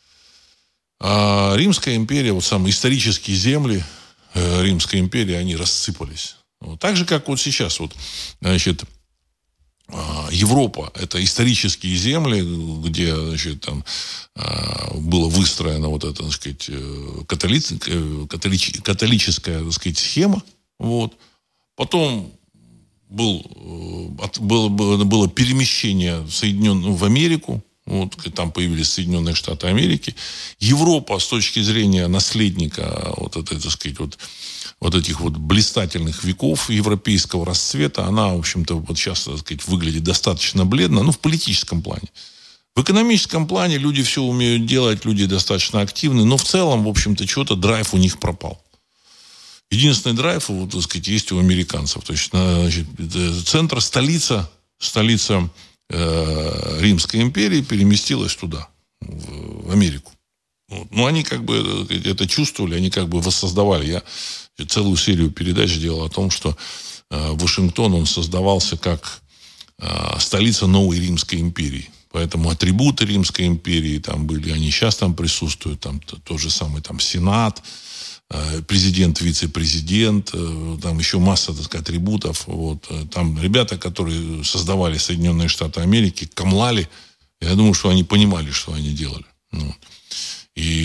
А Римская империя, вот самые исторические земли Римской империи, они рассыпались. Вот. Так же, как вот сейчас, вот, значит, Европа – это исторические земли, где, значит, там было выстроена вот эта, так сказать, католиц... католич... католическая, так сказать, схема. Вот. Потом был, было, было перемещение Соединенных в Америку. Вот, там появились Соединенные Штаты Америки. Европа с точки зрения наследника вот, этой, так сказать, вот, вот этих вот блистательных веков европейского расцвета, она, в общем-то, вот сейчас, так сказать, выглядит достаточно бледно, ну, в политическом плане. В экономическом плане люди все умеют делать, люди достаточно активны, но в целом, в общем-то, что-то драйв у них пропал. Единственный драйв, вот, так сказать, есть у американцев. То есть, значит, центр, столица, столица Римской империи переместилась туда, в Америку. Вот. Но они как бы это чувствовали, они как бы воссоздавали. Я целую серию передач делал о том, что Вашингтон, он создавался как столица новой Римской империи. Поэтому атрибуты Римской империи там были, они сейчас там присутствуют, там тот же самый там Сенат, президент, вице-президент, там еще масса, так сказать, атрибутов. Вот. Там ребята, которые создавали Соединенные Штаты Америки, камлали. Я думаю, что они понимали, что они делали. Вот. И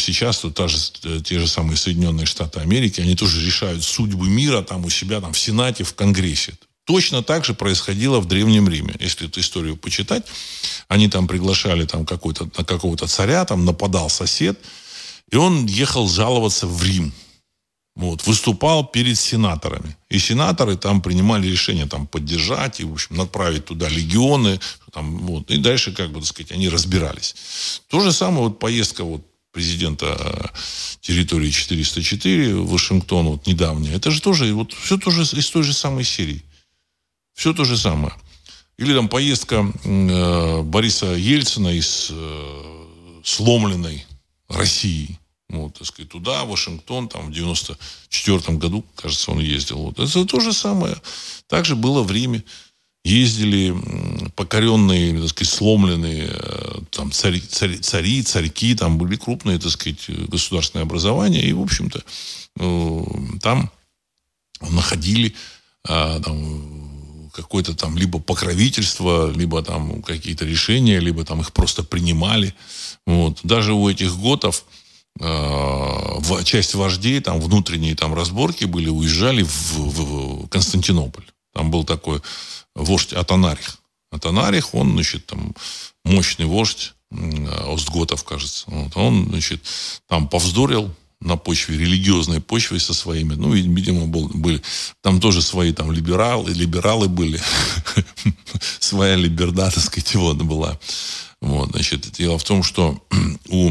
сейчас то та же, те же самые Соединенные Штаты Америки, они тоже решают судьбы мира там у себя там в Сенате, в Конгрессе. Точно так же происходило в Древнем Риме. Если эту историю почитать, они там приглашали там, какой-то, на какого-то царя, там нападал сосед, и он ехал жаловаться в Рим. Вот, выступал перед сенаторами. И сенаторы там принимали решение там, поддержать и, в общем, направить туда легионы. Там, вот, и дальше, как бы, так сказать, они разбирались. То же самое вот поездка вот, президента территории четыреста четыре в Вашингтон, вот, недавняя. Это же тоже вот, все тоже из той же самой серии. Все то же самое. Или там поездка э, Бориса Ельцина из э, сломленной России. Вот, так сказать, туда, в Вашингтон, там в девяносто четвёртом году, кажется, он ездил. Вот. Это то же самое. Также было в Риме. Ездили покоренные, так сказать, сломленные там, цари, цари, цари, царьки, там были крупные, так сказать, государственные образования. И, в общем-то, там находили там, какое-то там либо покровительство, либо там какие-то решения, либо там их просто принимали. Вот. Даже у этих готов в часть вождей, там внутренние там разборки были, уезжали в, в Константинополь. Там был такой вождь Атанарих. Атанарих, он, значит, там мощный вождь остготов, кажется. Вот. Он, значит, там повздорил на почве, религиозной почве со своими. Ну, видимо, был, были там тоже свои там либералы, либералы были. Своя либерда, так сказать, вот была. Вот, значит, дело в том, что у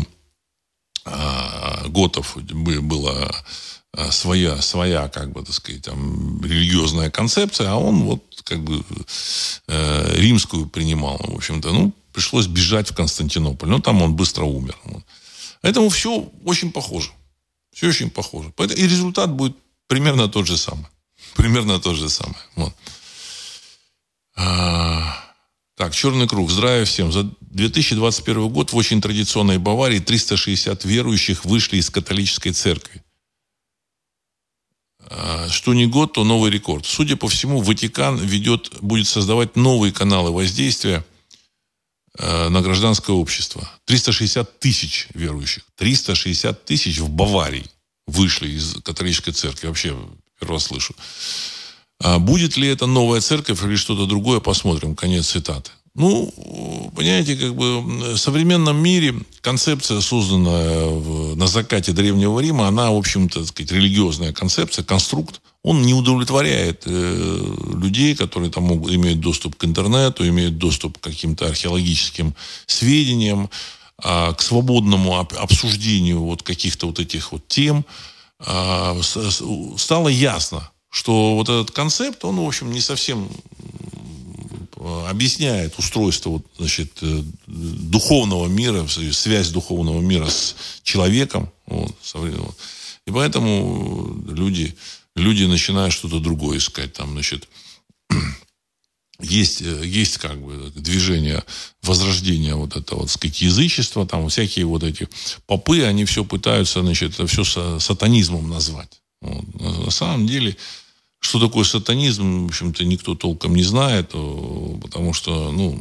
готов была своя, своя, как бы, так сказать, там, религиозная концепция, а он вот, как бы, э, римскую принимал, в общем-то. Ну, пришлось бежать в Константинополь. Но там он быстро умер. Вот. Поэтому все очень похоже. Все очень похоже. И результат будет примерно тот же самый. Примерно тот же самый. Вот. А... Так, «Черный круг». Здравия всем. За две тысячи двадцать первый год в очень традиционной Баварии триста шестьдесят верующих вышли из католической церкви. Что не год, то новый рекорд. Судя по всему, Ватикан ведет, будет создавать новые каналы воздействия на гражданское общество. триста шестьдесят тысяч верующих. триста шестьдесят тысяч в Баварии вышли из католической церкви. Вообще, первый раз слышу. Будет ли это новая церковь или что-то другое, посмотрим. Конец цитаты. Ну, понимаете, как бы в современном мире концепция, созданная в, на закате Древнего Рима, она, в общем-то, так сказать, религиозная концепция, конструкт, он не удовлетворяет э, людей, которые там могут, имеют доступ к интернету, имеют доступ к каким-то археологическим сведениям, э, к свободному об, обсуждению вот каких-то вот этих вот тем. Э, с, стало ясно, что вот этот концепт, он, в общем, не совсем объясняет устройство вот, значит, духовного мира, связь духовного мира с человеком. Вот, и поэтому люди, люди начинают что-то другое искать. Там, значит, есть, есть как бы движение возрождения вот этого, так сказать, язычества. Там всякие вот эти попы, они все пытаются, значит, это все сатанизмом назвать. Вот. На самом деле, что такое сатанизм, в общем-то, никто толком не знает, потому что, ну,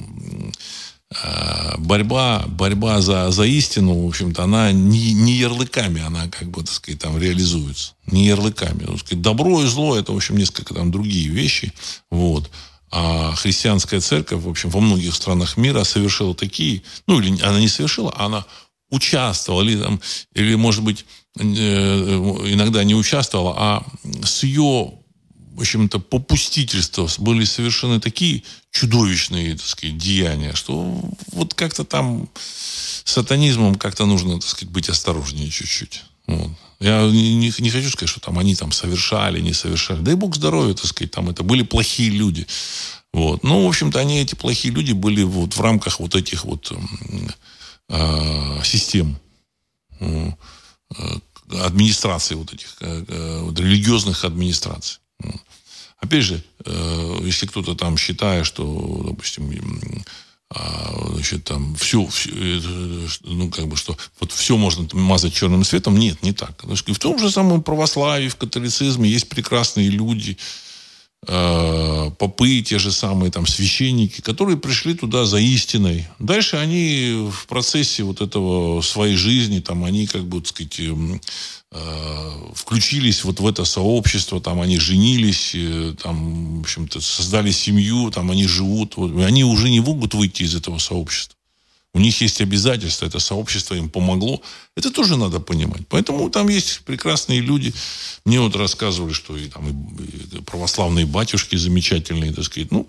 борьба, борьба за, за истину, в общем-то, она не, не ярлыками, она, как бы, так сказать, там реализуется. Не ярлыками. Так сказать, добро и зло — это, в общем, несколько там другие вещи. Вот. А христианская церковь, в общем, во многих странах мира совершила такие, ну, или она не совершила, а она участвовала, или, там, или может быть, иногда не участвовала, а с ее, в общем-то, попустительства были совершены такие чудовищные, так сказать, деяния, что вот как-то там с сатанизмом как-то нужно, так сказать, быть осторожнее чуть-чуть. Вот. Я не, не хочу сказать, что там они там совершали, не совершали. Дай бог здоровья, так сказать, там это были плохие люди. Вот. Ну, в общем-то, они, эти плохие люди, были вот в рамках вот этих вот э, систем э, администрации вот этих э, вот, религиозных администраций. Опять же, если кто-то там считает, что, допустим, значит, там все, все, ну, как бы, что вот все можно мазать черным цветом, нет, не так. И в том же самом православии, в католицизме есть прекрасные люди, э, попы, те же самые там священники, которые пришли туда за истиной. Дальше они в процессе вот этого своей жизни, там, они, как бы, так сказать, э, включились вот в это сообщество, там они женились, э, там, в общем-то, создали семью, там они живут. Вот, они уже не могут выйти из этого сообщества. У них есть обязательства, это сообщество им помогло. Это тоже надо понимать. Поэтому там есть прекрасные люди. Мне вот рассказывали, что и, там, и православные батюшки замечательные, так сказать. Ну,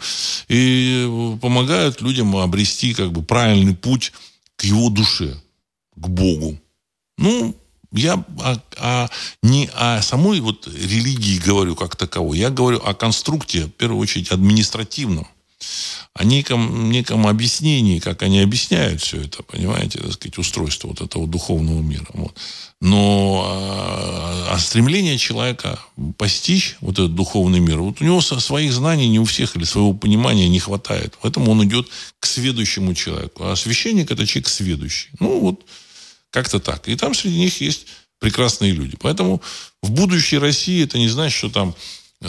и помогают людям обрести как бы правильный путь к его душе, к Богу. Ну, я о, о, не о самой вот религии говорю как таковой. Я говорю о конструкте, в первую очередь, административном. О неком, неком объяснении, как они объясняют все это, понимаете, так сказать, устройство вот этого духовного мира. Вот. Но а, а стремление человека постичь вот этот духовный мир, вот у него со своих знаний не у всех или своего понимания не хватает. Поэтому он идет к сведущему человеку. А священник – это человек сведущий. Ну, вот как-то так. И там среди них есть прекрасные люди. Поэтому в будущей России это не значит, что там...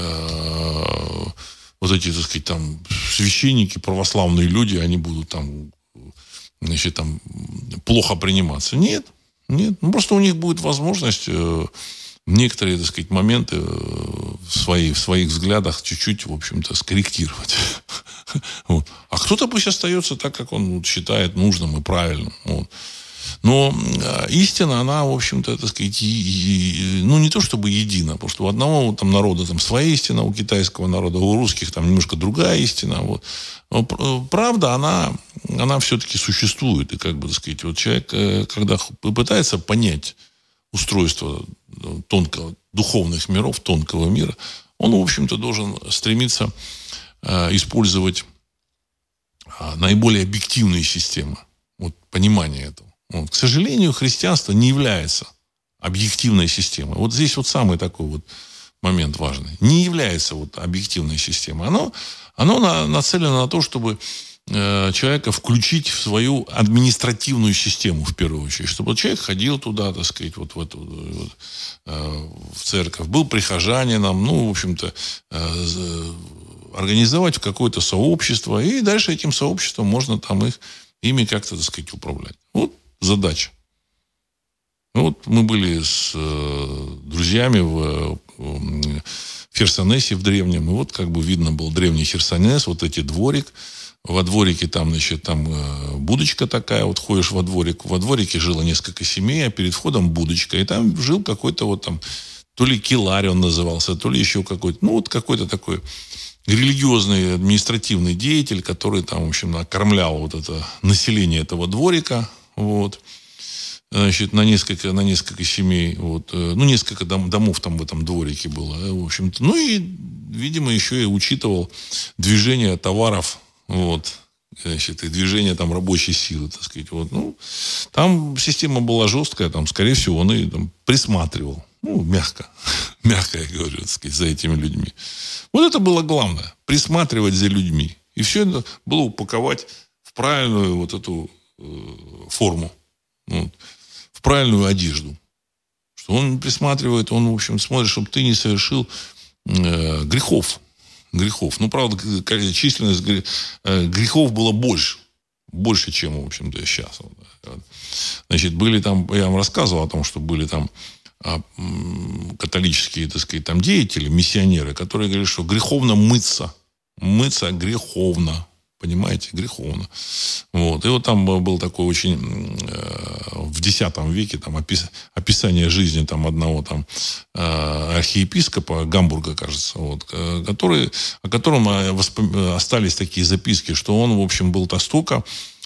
Э- вот эти, так сказать, там, священники, православные люди, они будут там, значит, там, плохо приниматься. Нет, нет. Ну, просто у них будет возможность э, некоторые, так сказать, моменты э, в, свои, в своих взглядах чуть-чуть, в общем-то, скорректировать. Вот. А кто-то пусть остается так, как он вот, считает нужным и правильным. Вот. Но истина, она, в общем-то, так сказать, и, и, ну, не то чтобы едина, потому что у одного там, народа там своя истина, у китайского народа, у русских там немножко другая истина. Вот. Но правда, она, она все-таки существует. И, как бы, так сказать, вот человек, когда пытается понять устройство тонкого, духовных миров, тонкого мира, он, в общем-то, должен стремиться э, использовать э, наиболее объективные системы. Вот, понимание этого. Вот. К сожалению, христианство не является объективной системой. Вот здесь вот самый такой вот момент важный. Не является вот объективной системой. Оно, оно на, нацелено на то, чтобы э, человека включить в свою административную систему, в первую очередь. Чтобы человек ходил туда, так сказать, вот в эту вот, э, в церковь, был прихожанином, ну, в общем-то, э, организовать какое-то сообщество, и дальше этим сообществом можно там их, ими как-то, так сказать, управлять. Вот задача. Ну, вот мы были с э, друзьями в, в Херсонесе в древнем, и вот как бы видно был древний Херсонес, вот эти дворик. Во дворике там, значит, там э, будочка такая, вот ходишь во дворик. Во дворике жило несколько семей, а перед входом будочка. И там жил какой-то вот там, то ли келарь он назывался, то ли еще какой-то, ну, вот какой-то такой религиозный административный деятель, который там, в общем, накормлял вот это население этого дворика, вот, значит, на несколько, на несколько семей, вот, ну, несколько дом, домов там в этом дворике было, в общем-то, ну, и, видимо, еще и учитывал движение товаров, вот, значит, и движение там рабочей силы, так сказать, вот, ну, там система была жесткая, там, скорее всего, он и там присматривал, ну, мягко, мягко, я говорю, так сказать, за этими людьми. Вот это было главное, присматривать за людьми. И все это было упаковать в правильную вот эту э, форму, вот, в правильную одежду. Что он присматривает, он, в общем, смотрит, чтобы ты не совершил э, грехов. Грехов. Ну, правда, численность грехов была больше. Больше, чем, в общем-то, сейчас. Значит, были там, я вам рассказывал о том, что были там католические, так сказать, там деятели, миссионеры, которые говорят, что греховно мыться. Мыться греховно. Понимаете? Греховно. Вот. И вот там был такой очень в десятом веке там опис, описание жизни там одного там архиепископа Гамбурга, кажется, вот, который, о котором воспом... остались такие записки, что он, в общем, был настолько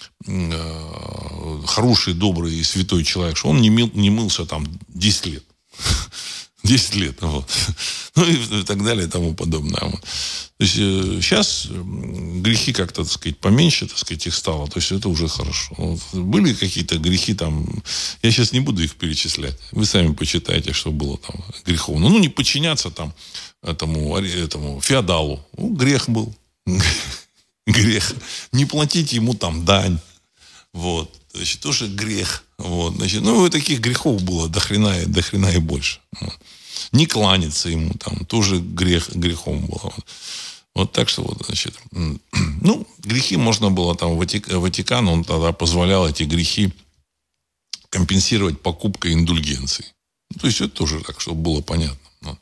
хороший, добрый и святой человек, что он не, мыл, не мылся там десять лет. десять лет. Вот. Ну и так далее и тому подобное. Вот. То есть сейчас грехи как-то, так сказать, поменьше, так сказать, их стало. То есть это уже хорошо. Вот. Были какие-то грехи там. Я сейчас не буду их перечислять. Вы сами почитайте, что было там греховно. Ну, не подчиняться там этому, этому феодалу. Ну, грех был. Грех. Не платить ему там дань. Вот. Значит, тоже грех. Вот, значит, ну, и таких грехов было до хрена, и- до хрена и больше. Вот. Не кланяться ему там тоже грех, грехом было. Вот. Вот так что вот, значит, м, ну, грехи можно было там, Ватик- Ватикан, он тогда позволял эти грехи компенсировать покупкой индульгенций. Ну, то есть это тоже так, чтобы было понятно. Вот.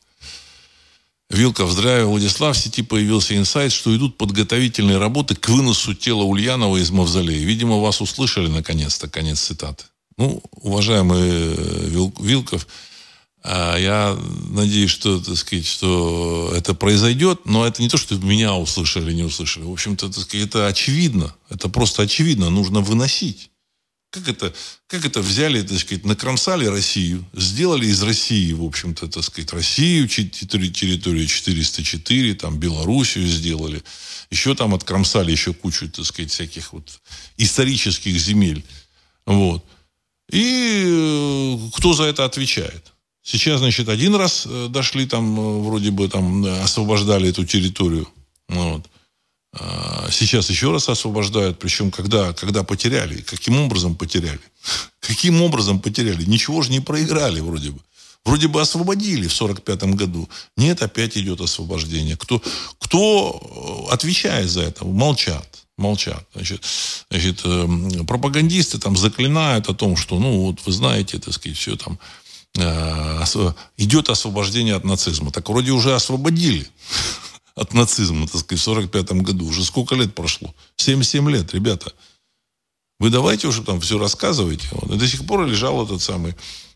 Вилков, здравия, Владислав. В сети появился инсайт, что идут подготовительные работы к выносу тела Ульянова из мавзолея. Видимо, вас услышали наконец-то. Конец цитаты. Ну, уважаемый э, Вил- Вилков, а, я надеюсь, что, так сказать, что это произойдет, но это не то, что меня услышали, не услышали. В общем-то, так сказать, это очевидно. Это просто очевидно. Нужно выносить. Как это, как это взяли, так сказать, накромсали Россию, сделали из России, в общем-то, так сказать, Россию, территорию четыреста четыре, там, Белоруссию сделали. Еще там откромсали еще кучу, так сказать, всяких вот исторических земель. Вот. И э, кто за это отвечает? Сейчас, значит, один раз э, дошли там, э, вроде бы там э, освобождали эту территорию. Вот. А сейчас еще раз освобождают. Причем, когда, когда потеряли. Каким образом потеряли? Каким образом потеряли? Ничего же не проиграли вроде бы. Вроде бы освободили в сорок пятом году. Нет, опять идет освобождение. Кто, кто отвечает за это? Молчат. Молчат. Значит, значит, э, пропагандисты там заклинают о том, что, ну, вот вы знаете, так сказать, все там э, идет освобождение от нацизма. Так вроде уже освободили от нацизма, так сказать, в сорок пятом году. Уже сколько лет прошло? семьдесят семь лет, ребята. Вы давайте уже там все рассказывайте. Вот. И до сих пор лежал этот самый,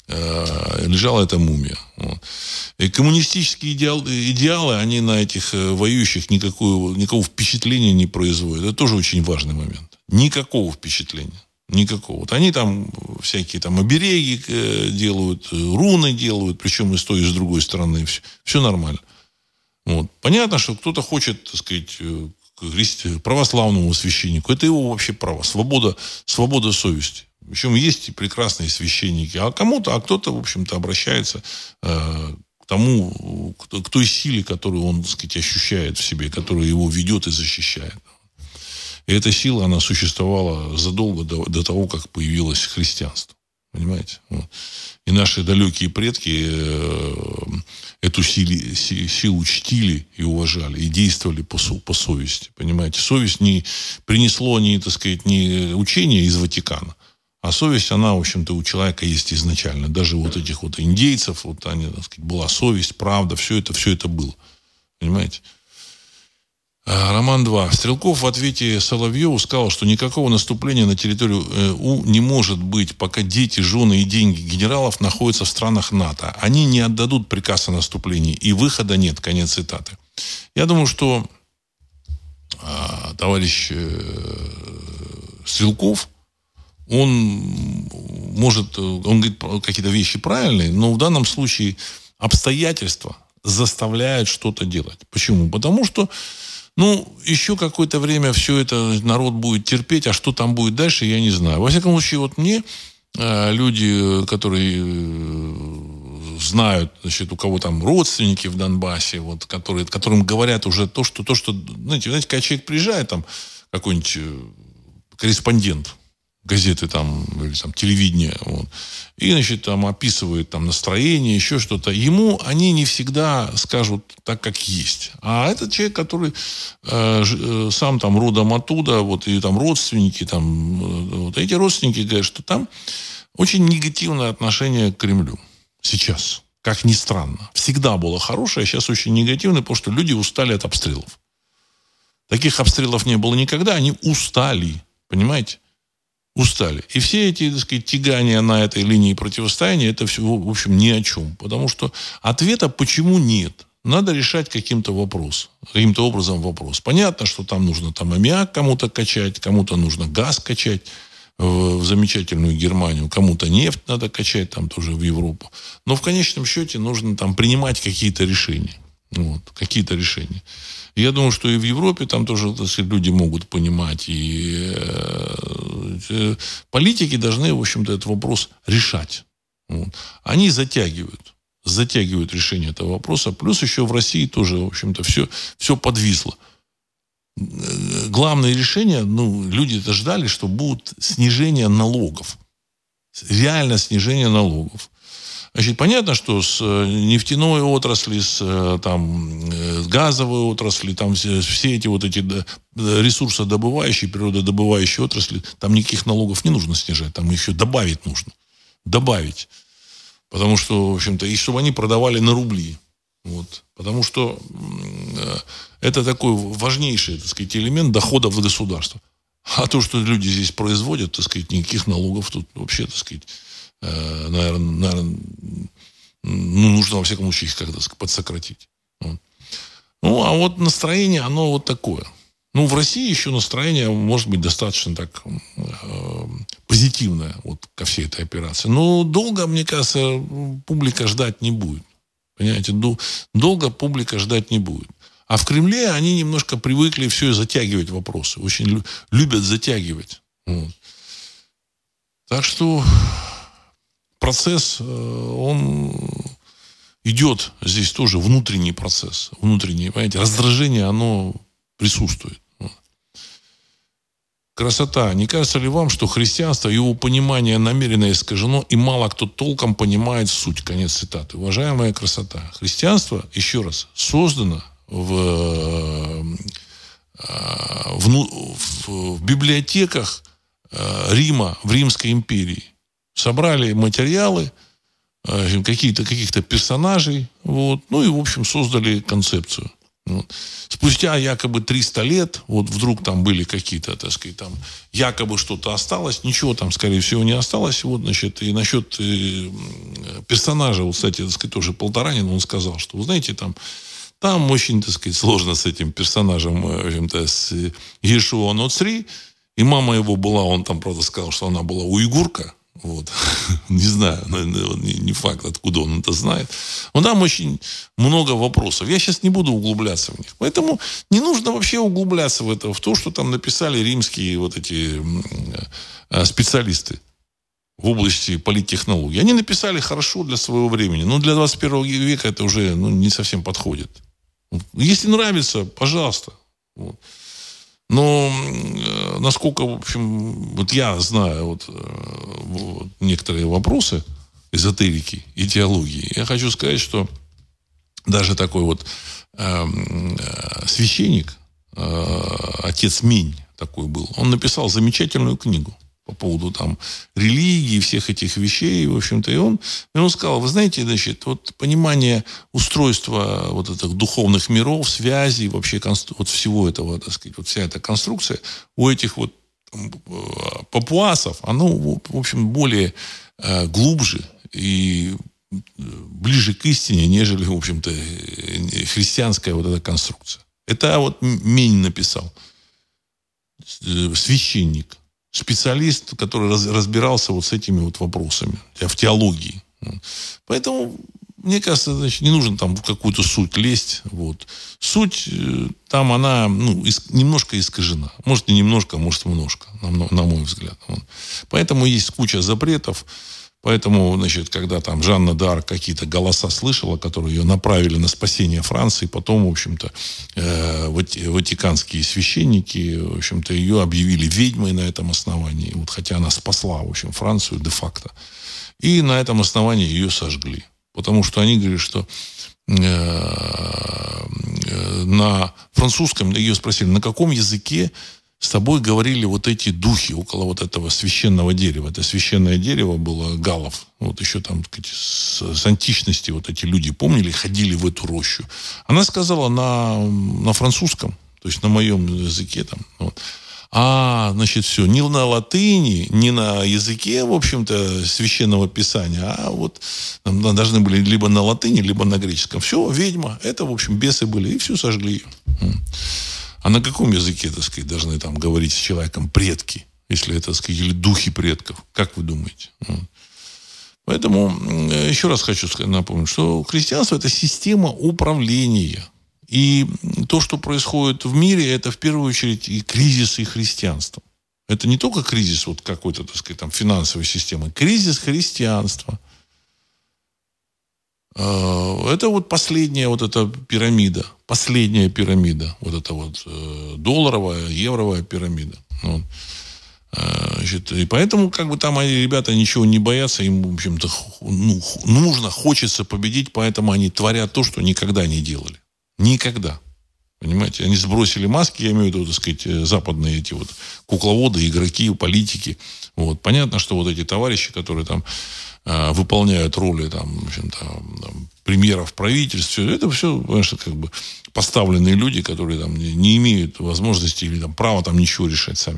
э, лежала эта мумия. Вот. И коммунистические идеал, идеалы, они на этих э, воюющих никакого, никакого впечатления не производят. Это тоже очень важный момент. Никакого впечатления. Никакого. Вот они там всякие там обереги э, делают, руны делают, причем и с той, и с другой стороны. Все, все нормально. Вот. Понятно, что кто-то хочет, так сказать, к православному священнику. Это его вообще право. Свобода, свобода совести. Причем есть и прекрасные священники. А кому-то, а кто-то, в общем-то, обращается э, к тому, к, к той силе, которую он, так сказать, ощущает в себе, которая его ведет и защищает. И эта сила, она существовала задолго до, до того, как появилось христианство. Понимаете? Вот. И наши далекие предки э, эту сили, си, силу чтили и уважали, и действовали по, по совести. Понимаете? Совесть не принесло ни, так сказать, ни учения из Ватикана, а совесть, она, в общем-то, у человека есть изначально. Даже вот этих вот индейцев, вот они, так сказать, была совесть, правда, все это, все это было. Понимаете? Роман два. Стрелков в ответе Соловьеву сказал, что никакого наступления на территорию ЭУ не может быть, пока дети, жены и деньги генералов находятся в странах НАТО. Они не отдадут приказ о наступлении, и выхода нет. Конец цитаты. Я думаю, что а, товарищ э, Стрелков, он может, он говорит какие-то вещи правильные, но в данном случае обстоятельства заставляют что-то делать. Почему? Потому что ну, еще какое-то время все это народ будет терпеть, а что там будет дальше, я не знаю. Во всяком случае, вот мне э, люди, которые э, знают, значит, у кого там родственники в Донбассе, вот, которые, которым говорят уже то, что, то, что, знаете, знаете, когда человек приезжает, там, какой-нибудь корреспондент газеты там, или там телевидения, вот, и, значит, там описывает там настроение, еще что-то. Ему они не всегда скажут так, как есть. А этот человек, который э, э, сам там родом оттуда, вот, и там родственники, там, э, вот, эти родственники говорят, что там очень негативное отношение к Кремлю сейчас. Как ни странно. Всегда было хорошее, а сейчас очень негативное, потому что люди устали от обстрелов. Таких обстрелов не было никогда, они устали. Понимаете? Устали. И все эти, так сказать, тягания на этой линии противостояния, это все, в общем, ни о чем. Потому что ответа почему нет. Надо решать каким-то вопросом. Каким-то образом вопрос. Понятно, что там нужно там аммиак кому-то качать, кому-то нужно газ качать в, в замечательную Германию, кому-то нефть надо качать там тоже в Европу. Но в конечном счете нужно там принимать какие-то решения. Вот, какие-то решения. Я думаю, что и в Европе там тоже, так сказать, люди могут понимать. И э, политики должны, в общем-то, этот вопрос решать. Вот. Они затягивают. Затягивают решение этого вопроса. Плюс еще в России тоже, в общем-то, все, все подвисло. главное решение, ну, люди это ждали, что будет снижение налогов. Реально снижение налогов. Значит, понятно, что с нефтяной отрасли, с, там, с газовой отрасли, там все, все эти вот эти ресурсодобывающие, природодобывающие отрасли, там никаких налогов не нужно снижать, там еще добавить нужно. Добавить. Потому что, в общем-то, и чтобы они продавали на рубли. Вот. Потому что э, это такой важнейший, так сказать, элемент доходов в государство. А то, что люди здесь производят, так сказать, никаких налогов тут вообще, так сказать, э, наверное, наверное, ну, нужно, во всяком случае, их как-то подсократить. Вот. Ну, а вот настроение, оно вот такое. Ну, в России еще настроение может быть достаточно так э, позитивное вот, ко всей этой операции. Но долго, мне кажется, публика ждать не будет. Понимаете, долго публика ждать не будет. А в Кремле они немножко привыкли все затягивать вопросы. Очень любят затягивать. Вот. Так что процесс, он идет здесь тоже внутренний процесс. Внутренний, понимаете, раздражение, оно присутствует. Вот. Красота. Не кажется ли вам, что христианство, его понимание намеренно искажено, и мало кто толком понимает суть? Конец цитаты. Уважаемая красота. Христианство, еще раз, создано в, в, в библиотеках Рима, в Римской империи. Собрали материалы, какие-то, каких-то персонажей, вот, ну и, в общем, создали концепцию. Вот. Спустя якобы триста лет, вот вдруг там были какие-то, так сказать, там якобы что-то осталось, ничего там, скорее всего, не осталось. Вот, значит, и насчет э, персонажа, вот, кстати, так сказать, тоже Полторанин, он сказал, что, вы знаете, там, там очень, так сказать, сложно с этим персонажем, в общем-то, с Иешуа Ноцри, и мама его была, он там, правда, сказал, что она была уйгурка. Вот. Не знаю, не факт, откуда он это знает. Но там очень много вопросов. Я сейчас не буду углубляться в них. Поэтому не нужно вообще углубляться в это, в то, что там написали римские вот эти специалисты в области политтехнологий. Они написали хорошо для своего времени, но для двадцать первого века это уже ну, не совсем подходит. Если нравится, пожалуйста. Вот. Но насколько, в общем, вот я знаю вот, вот, некоторые вопросы эзотерики и теологии, я хочу сказать, что даже такой вот э, священник, э, отец Минь такой был, он написал замечательную книгу по поводу там религии, всех этих вещей, в общем-то, и он, и он сказал, вы знаете, значит, вот понимание устройства вот этих духовных миров, связей, вообще вот всего этого, так сказать, вот вся эта конструкция у этих вот там, папуасов, оно, в общем, более э, глубже и ближе к истине, нежели, в общем-то, христианская вот эта конструкция. Это вот Минь написал, священник. Специалист, который раз, разбирался вот с этими вот вопросами в теологии. Поэтому, мне кажется, значит, не нужно там в какую-то суть лезть. Вот. Суть там, она ну, ис, немножко искажена. Может, не немножко, а может, немножко, на, на мой взгляд. Вот. Поэтому есть куча запретов. Поэтому, значит, когда там Жанна д'Арк какие-то голоса слышала, которые ее направили на спасение Франции, потом, в общем-то, э, ватиканские священники, в общем-то, ее объявили ведьмой на этом основании. Вот, хотя она спасла, в общем, Францию де-факто. И на этом основании ее сожгли. Потому что они говорят, что э, на французском, ее спросили, на каком языке с тобой говорили вот эти духи около вот этого священного дерева. Это священное дерево было галлов. Вот еще там сказать, с, с античности вот эти люди помнили, ходили в эту рощу. Она сказала на, на французском, то есть на моем языке. Там, вот. А, значит, все, не на латыни, не на языке, в общем-то, священного писания, а вот там, должны были либо на латыни, либо на греческом. Все, ведьма. Это, в общем, бесы были. И все, сожгли ее. А на каком языке, так сказать, должны там говорить с человеком предки, если это, так сказать, или духи предков? Как вы думаете? Поэтому еще раз хочу напомнить, что христианство – это система управления. И то, что происходит в мире, это в первую очередь и кризис, и христианства. Это не только кризис вот какой-то, так сказать, там, финансовой системы, кризис христианства. Это вот последняя вот эта пирамида. Последняя пирамида. Вот эта вот э, долларовая, евровая пирамида. Вот. Значит, и поэтому, как бы там они, ребята, ничего не боятся, им, в общем-то, ну, нужно, хочется победить, поэтому они творят то, что никогда не делали. Никогда. Понимаете? Они сбросили маски, я имею в виду, так сказать, западные эти вот кукловоды, игроки, политики. Вот. Понятно, что вот эти товарищи, которые там э, выполняют роли, там, в общем-то, там, премьеров правительств, это все, конечно, как бы поставленные люди, которые там не, не имеют возможности или там права там ничего решать сами.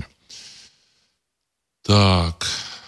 Так.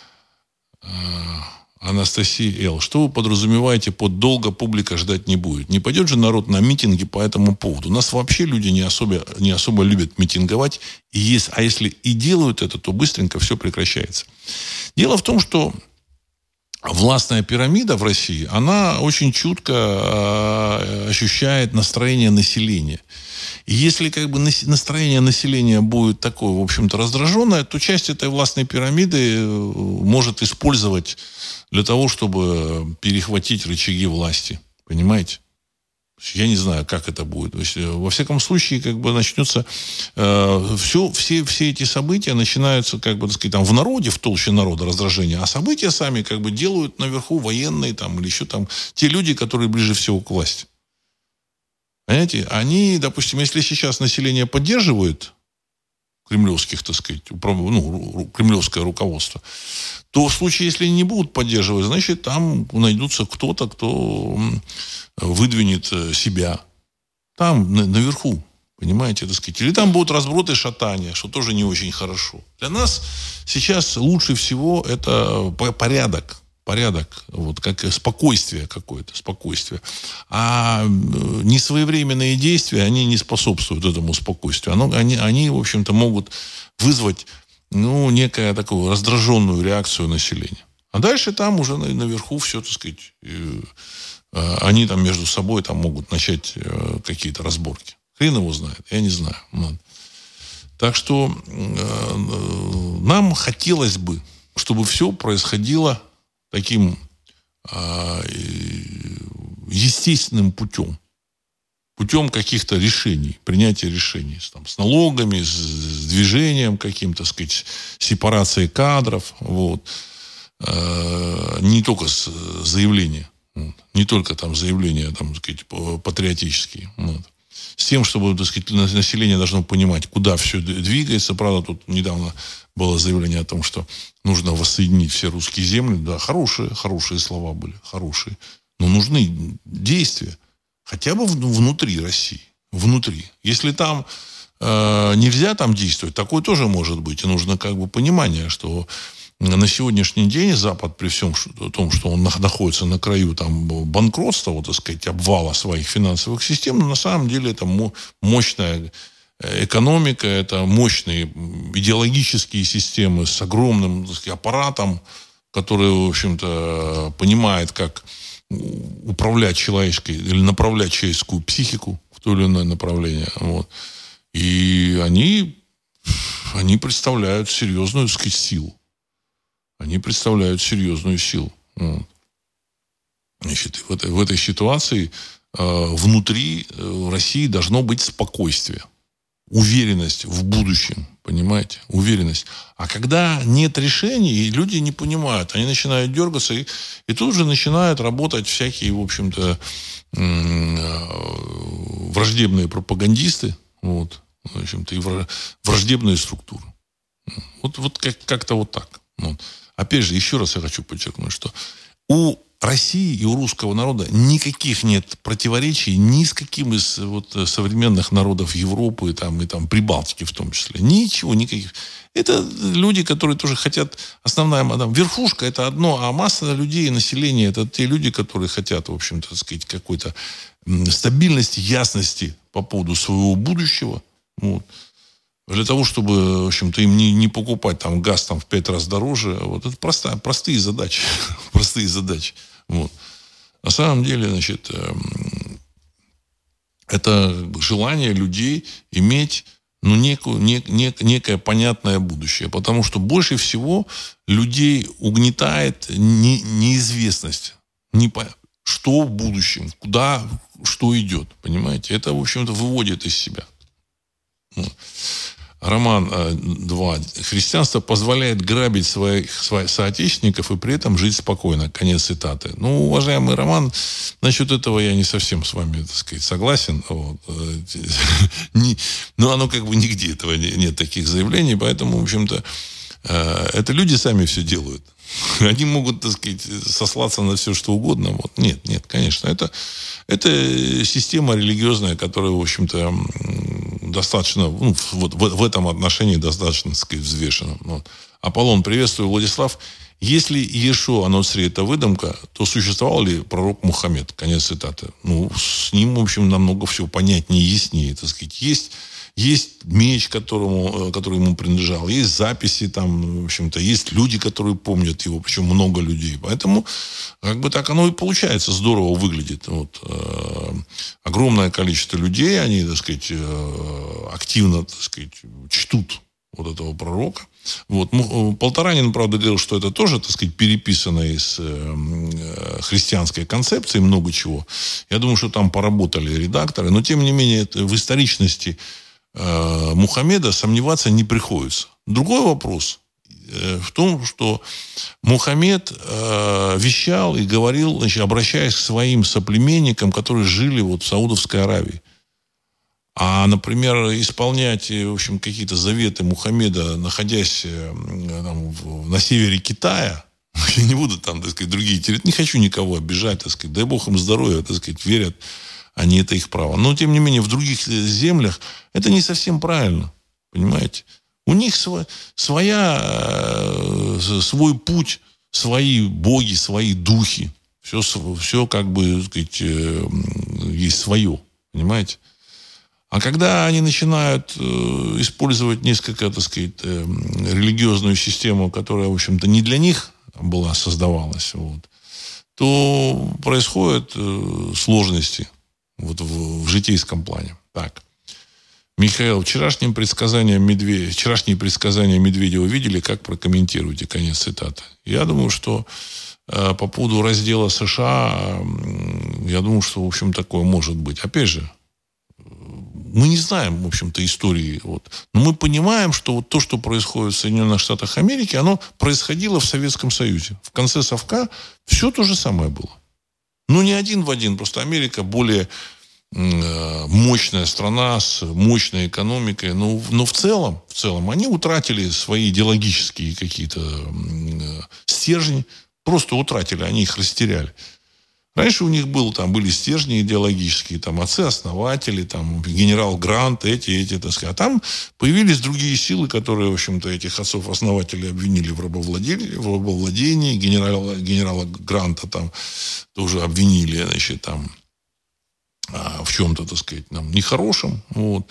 Анастасия Л. Что вы подразумеваете под долго публика ждать не будет? Не пойдет же народ на митинги по этому поводу? У нас вообще люди не особо, не особо любят митинговать. И есть, а если и делают это, то быстренько все прекращается. Дело в том, что властная пирамида в России, она очень чутко ощущает настроение населения. И если как бы настроение населения будет такое, в общем-то, раздраженное, то часть этой властной пирамиды может использовать для того, чтобы перехватить рычаги власти. Понимаете? Я не знаю, как это будет. То есть, во всяком случае, как бы начнется э, все, все, все эти события начинаются, как бы, так сказать, там, в народе, в толще народа раздражение, а события сами как бы делают наверху военные там, или еще там те люди, которые ближе всего к власти. Понимаете, они, допустим, если сейчас население поддерживает кремлевских, так сказать, ну, кремлевское руководство, то в случае, если не будут поддерживать, значит, там найдутся кто-то, кто выдвинет себя. Там, наверху, понимаете, так сказать. Или там будут разброты, шатания, что тоже не очень хорошо. Для нас сейчас лучше всего это порядок. Порядок, вот как спокойствие какое-то, спокойствие. А несвоевременные действия, они не способствуют этому спокойствию. Оно, они, они, в общем-то, могут вызвать, ну, некую такую раздраженную реакцию населения. А дальше там уже наверху все, так сказать, они там между собой там могут начать какие-то разборки. Хрен его знает, я не знаю. Так что нам хотелось бы, чтобы все происходило таким э, естественным путем. Путем каких-то решений, принятия решений. Там, с налогами, с, с движением каким-то, сказать, сепарацией кадров. Вот. Э, не только с заявления. Вот. Не только там заявления, там, сказать, патриотические. Вот. С тем, чтобы, так сказать, население должно понимать, куда все двигается. Правда, тут недавно было заявление о том, что нужно воссоединить все русские земли. Да, хорошие, хорошие слова были, хорошие. Но нужны действия. Хотя бы внутри России. Внутри. Если там э, нельзя там действовать, такое тоже может быть. И нужно как бы понимание, что на сегодняшний день Запад, при всем том, что он находится на краю там, банкротства, вот, так сказать, обвала своих финансовых систем, но на самом деле это мощная экономика, это мощные идеологические системы с огромным, так сказать, аппаратом, который, в общем-то, понимает, как управлять человеческой или направлять человеческую психику в то или иное направление. Вот. И они, они представляют серьезную, так сказать, силу. Они представляют серьезную силу. Вот. Значит, в этой, в этой ситуации э, внутри России должно быть спокойствие. Уверенность в будущем, понимаете? Уверенность. А когда нет решений, люди не понимают, они начинают дергаться, и, и тут же начинают работать всякие, в общем-то, враждебные пропагандисты, вот, в общем-то, и враждебные структуры. Вот, вот как- как-то вот так. Вот. Опять же, еще раз я хочу подчеркнуть, что у России и у русского народа никаких нет противоречий ни с каким из вот, современных народов Европы там, и там, Прибалтики в том числе. Ничего, никаких. Это люди, которые тоже хотят... Основная там, верхушка – это одно, а масса людей, населения – это те люди, которые хотят, в общем-то, так сказать, какой-то стабильности, ясности по поводу своего будущего. Вот. Для того, чтобы, в общем-то, им не, не покупать там газ там, в пять раз дороже. Вот это простая, простые задачи. простые задачи. Вот. На самом деле, значит, это желание людей иметь ну, некую, нек, нек, некое понятное будущее. Потому что больше всего людей угнетает не, неизвестность. Не, что в будущем, куда, что идет, понимаете? Это, в общем-то, выводит из себя. Роман два. Христианство позволяет грабить своих, своих соотечественников и при этом жить спокойно. Конец цитаты. Ну, уважаемый Роман, насчет этого я не совсем с вами, так сказать, согласен. Вот. Но оно как бы нигде этого нет, таких заявлений. Поэтому, в общем-то, это люди сами все делают. Они могут, так сказать, сослаться на все, что угодно. Вот. Нет, нет, конечно. Это, это система религиозная, которая, в общем-то, достаточно, ну, вот в, в этом отношении достаточно, так сказать, взвешена. Вот. Аполлон, приветствую, Владислав. Если Иешуа Ноцри это выдумка, то существовал ли пророк Мухаммед? Конец цитаты. Ну, с ним, в общем, намного всего понятнее и яснее. Так сказать, есть... Есть меч, которому, который ему принадлежал, есть записи там, в общем-то, есть люди, которые помнят его, причем много людей. Поэтому, как бы так оно и получается, здорово выглядит. Вот, э, огромное количество людей, они, так сказать, э, активно, так сказать, чтут вот этого пророка. Вот. Полторанин, правда, говорил, что это тоже, так сказать, переписано из э, христианской концепции, много чего. Я думаю, что там поработали редакторы, но, тем не менее, это в историчности Мухаммеда сомневаться не приходится. Другой вопрос в том, что Мухаммед вещал и говорил, значит, обращаясь к своим соплеменникам, которые жили вот в Саудовской Аравии. А, например, исполнять, в общем, какие-то заветы Мухаммеда, находясь там, на севере Китая, я не буду там, так сказать, другие территории, не хочу никого обижать, так сказать, дай Бог им здоровья, так сказать, верят, они это их право. Но, тем не менее, в других землях это не совсем правильно. Понимаете? У них свой, своя, свой путь, свои боги, свои духи. Все, все как бы, так сказать, есть свое. Понимаете? А когда они начинают использовать несколько, так сказать, религиозную систему, которая, в общем-то, не для них была, создавалась, вот, то происходят сложности. Вот в, в житейском плане. Так. Михаил, вчерашние предсказания Медведева, вчерашние предсказания Медведева видели, как прокомментируете? Конец цитаты. Я думаю, что э, по поводу раздела США, э, я думаю, что, в общем, такое может быть. Опять же, мы не знаем, в общем-то, истории. Вот. Но мы понимаем, что вот то, что происходит в Соединенных Штатах Америки, оно происходило в Советском Союзе. В конце совка все то же самое было. Ну, не один в один, просто Америка более э, мощная страна с мощной экономикой. Но, но в целом, в целом они утратили свои идеологические какие-то э, стержни. Просто утратили, они их растеряли. Раньше у них был, там, были стержни идеологические, там, отцы-основатели, там, генерал Грант, эти, эти, так сказать. А там появились другие силы, которые, в общем-то, этих отцов-основателей обвинили в рабовладении, в рабовладении. Генерала, генерала Гранта там тоже обвинили, значит, там, в чем-то, так сказать, там, нехорошем. Вот.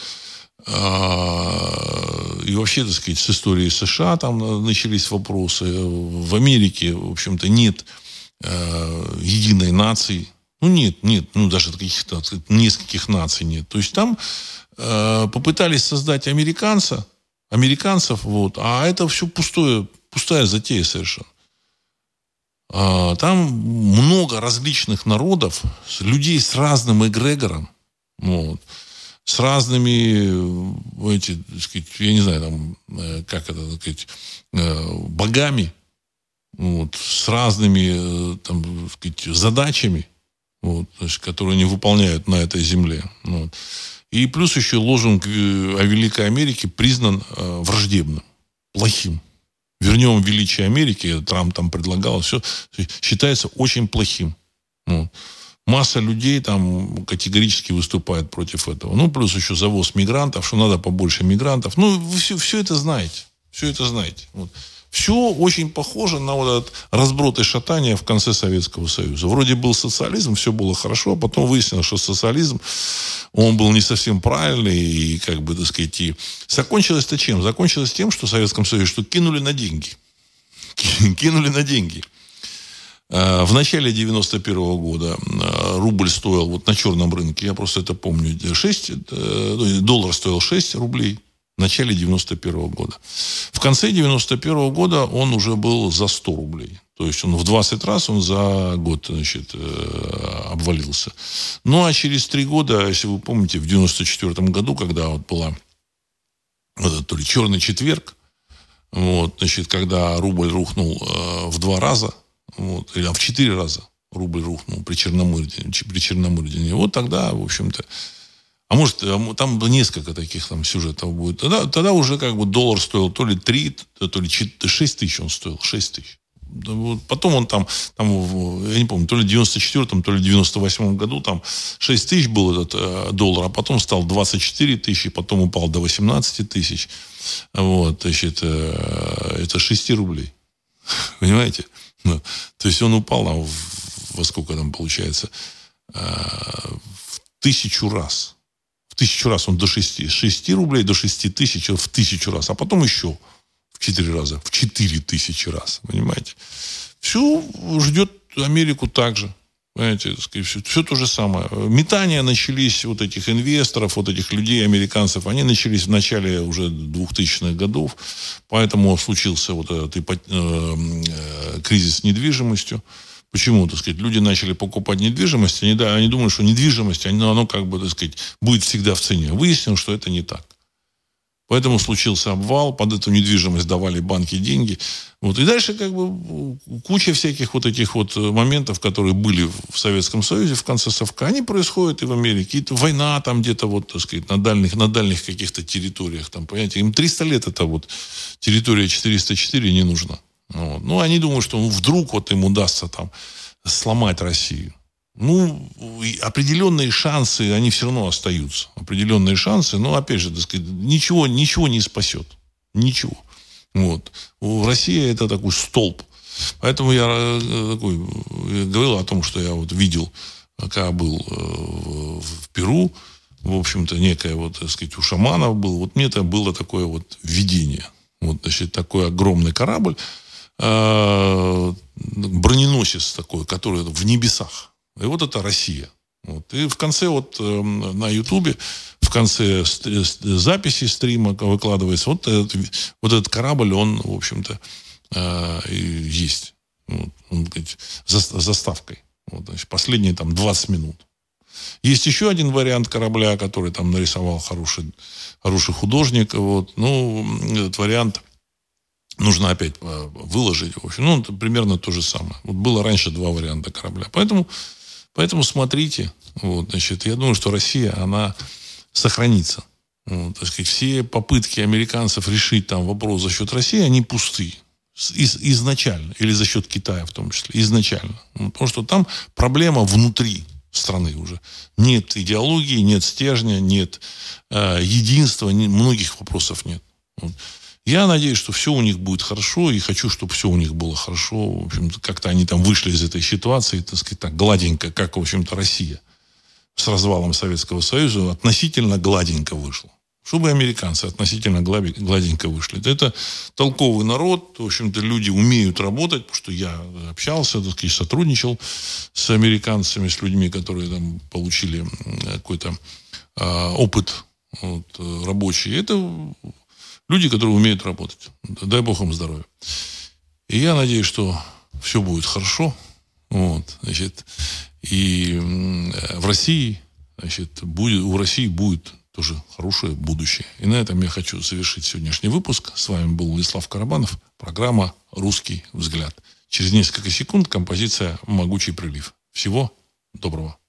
И вообще, так сказать, с историей США там начались вопросы. В Америке, в общем-то, нет единой нации. Ну, нет, нет, ну, даже каких-то нескольких наций нет. То есть там э, попытались создать американца, американцев, вот, а это все пустое, пустая затея совершенно. А, там много различных народов, людей с разным эгрегором, вот, с разными, эти, так сказать, я не знаю, там, как это, так сказать, богами, вот, с разными, там, так сказать, задачами, вот, то есть, которые они выполняют на этой земле. Вот. И плюс еще лозунг о Великой Америке признан э, враждебным, плохим. Вернем величие Америки, Трамп там предлагал, все считается очень плохим. Вот. Масса людей там категорически выступает против этого. Ну, плюс еще завоз мигрантов, что надо побольше мигрантов. Ну, вы все, все это знаете. Все это знаете. Вот. Все очень похоже на вот этот разброд и шатание в конце Советского Союза. Вроде был социализм, все было хорошо, а потом выяснилось, что социализм, он был не совсем правильный, и, как бы, так сказать, и закончилось-то чем? Закончилось тем, что в Советском Союзе, что кинули на деньги. Кинули на деньги. В начале девяносто первого года рубль стоил вот на черном рынке, я просто это помню, шесть, доллар стоил шесть рублей. в начале девяносто первого года. В конце девяносто первого года он уже был за сто рублей. То есть он в двадцать раз он за год, значит, обвалился. Ну, а через три года, если вы помните, в девяносто четвёртом году, когда вот была вот, то ли черный четверг, вот, значит, когда рубль рухнул э, в два раза, вот, или а в четыре раза рубль рухнул при Черномырдине, при Черномырдине, вот тогда, в общем-то, а может, там несколько таких там сюжетов будет. Тогда, тогда уже как бы доллар стоил то ли три, то ли шесть тысяч он стоил. шесть тысяч. Вот потом он там, там, я не помню, то ли в девяносто четвёртом, то ли в девяносто восьмом году там шесть тысяч был этот э, доллар, а потом стал двадцать четыре тысячи, потом упал до восемнадцать тысяч. Вот, значит, э, это шесть рублей. Понимаете? Ну, то есть он упал там, во сколько там получается? Э, в тысячу раз. Тысячу раз он до шести, шести рублей до шести тысяч, в тысячу раз, а потом еще в четыре раза, в четыре тысячи раз, понимаете. Все ждет Америку так же, понимаете, все, все то же самое. Метания начались вот этих инвесторов, вот этих людей, американцев, они начались в начале уже двухтысячных годов, поэтому случился вот этот э, э, кризис с недвижимостью. Почему, так сказать, люди начали покупать недвижимость, они, да, они думают, что недвижимость, оно, оно как бы, так сказать, будет всегда в цене. Выяснилось, что это не так. Поэтому случился обвал, под эту недвижимость давали банки деньги. Вот. И дальше как бы куча всяких вот этих вот моментов, которые были в Советском Союзе в конце совка, они происходят и в Америке. И война там где-то вот, так сказать, на дальних, на дальних каких-то территориях. Там, понимаете, им триста лет это вот территория четыреста четыре не нужна. Вот. Ну, они думают, что ну, вдруг вот им удастся там сломать Россию. Ну, определенные шансы, они все равно остаются. Определенные шансы, но, опять же, так сказать, ничего, ничего не спасет. Ничего. Вот. Россия – это такой столб. Поэтому я, такой, я говорил о том, что я вот видел, когда был в Перу, в общем-то, некое, вот, так сказать, у шаманов был. Вот мне это было такое вот видение. Вот, значит, такой огромный корабль, броненосец такой, который в небесах. И вот это Россия. Вот. И в конце вот на Ютубе, в конце записи стрима выкладывается вот этот, вот этот корабль, он, в общем-то, есть. Вот, он, говорит, за заставкой. Вот, значит, последние там двадцать минут. Есть еще один вариант корабля, который там нарисовал хороший, хороший художник. Вот. Ну, этот вариант нужно опять выложить. В общем, ну, это примерно то же самое. Вот было раньше два варианта корабля. Поэтому, поэтому смотрите. Вот, значит, я думаю, что Россия, она сохранится. Вот, так сказать, все попытки американцев решить там вопрос за счет России, они пустые. Из, изначально. Или за счет Китая в том числе. Изначально. Потому что там проблема внутри страны уже. Нет идеологии, нет стержня, нет э, единства, не, многих вопросов нет. Вот. Я надеюсь, что все у них будет хорошо, и хочу, чтобы все у них было хорошо. В общем-то, как-то они там вышли из этой ситуации, так сказать, так гладенько, как, в общем-то, Россия с развалом Советского Союза относительно гладенько вышла. Чтобы американцы относительно гладенько вышли. Это толковый народ, в общем-то, люди умеют работать, потому что я общался, так сказать, сотрудничал с американцами, с людьми, которые там получили какой-то э, опыт вот, рабочий. Это люди, которые умеют работать. Дай Бог им здоровья. И я надеюсь, что все будет хорошо. Вот, значит, и в России, значит, будет, у России будет тоже хорошее будущее. И на этом я хочу завершить сегодняшний выпуск. С вами был Владислав Карабанов. Программа «Русский взгляд». Через несколько секунд композиция «Могучий прилив». Всего доброго.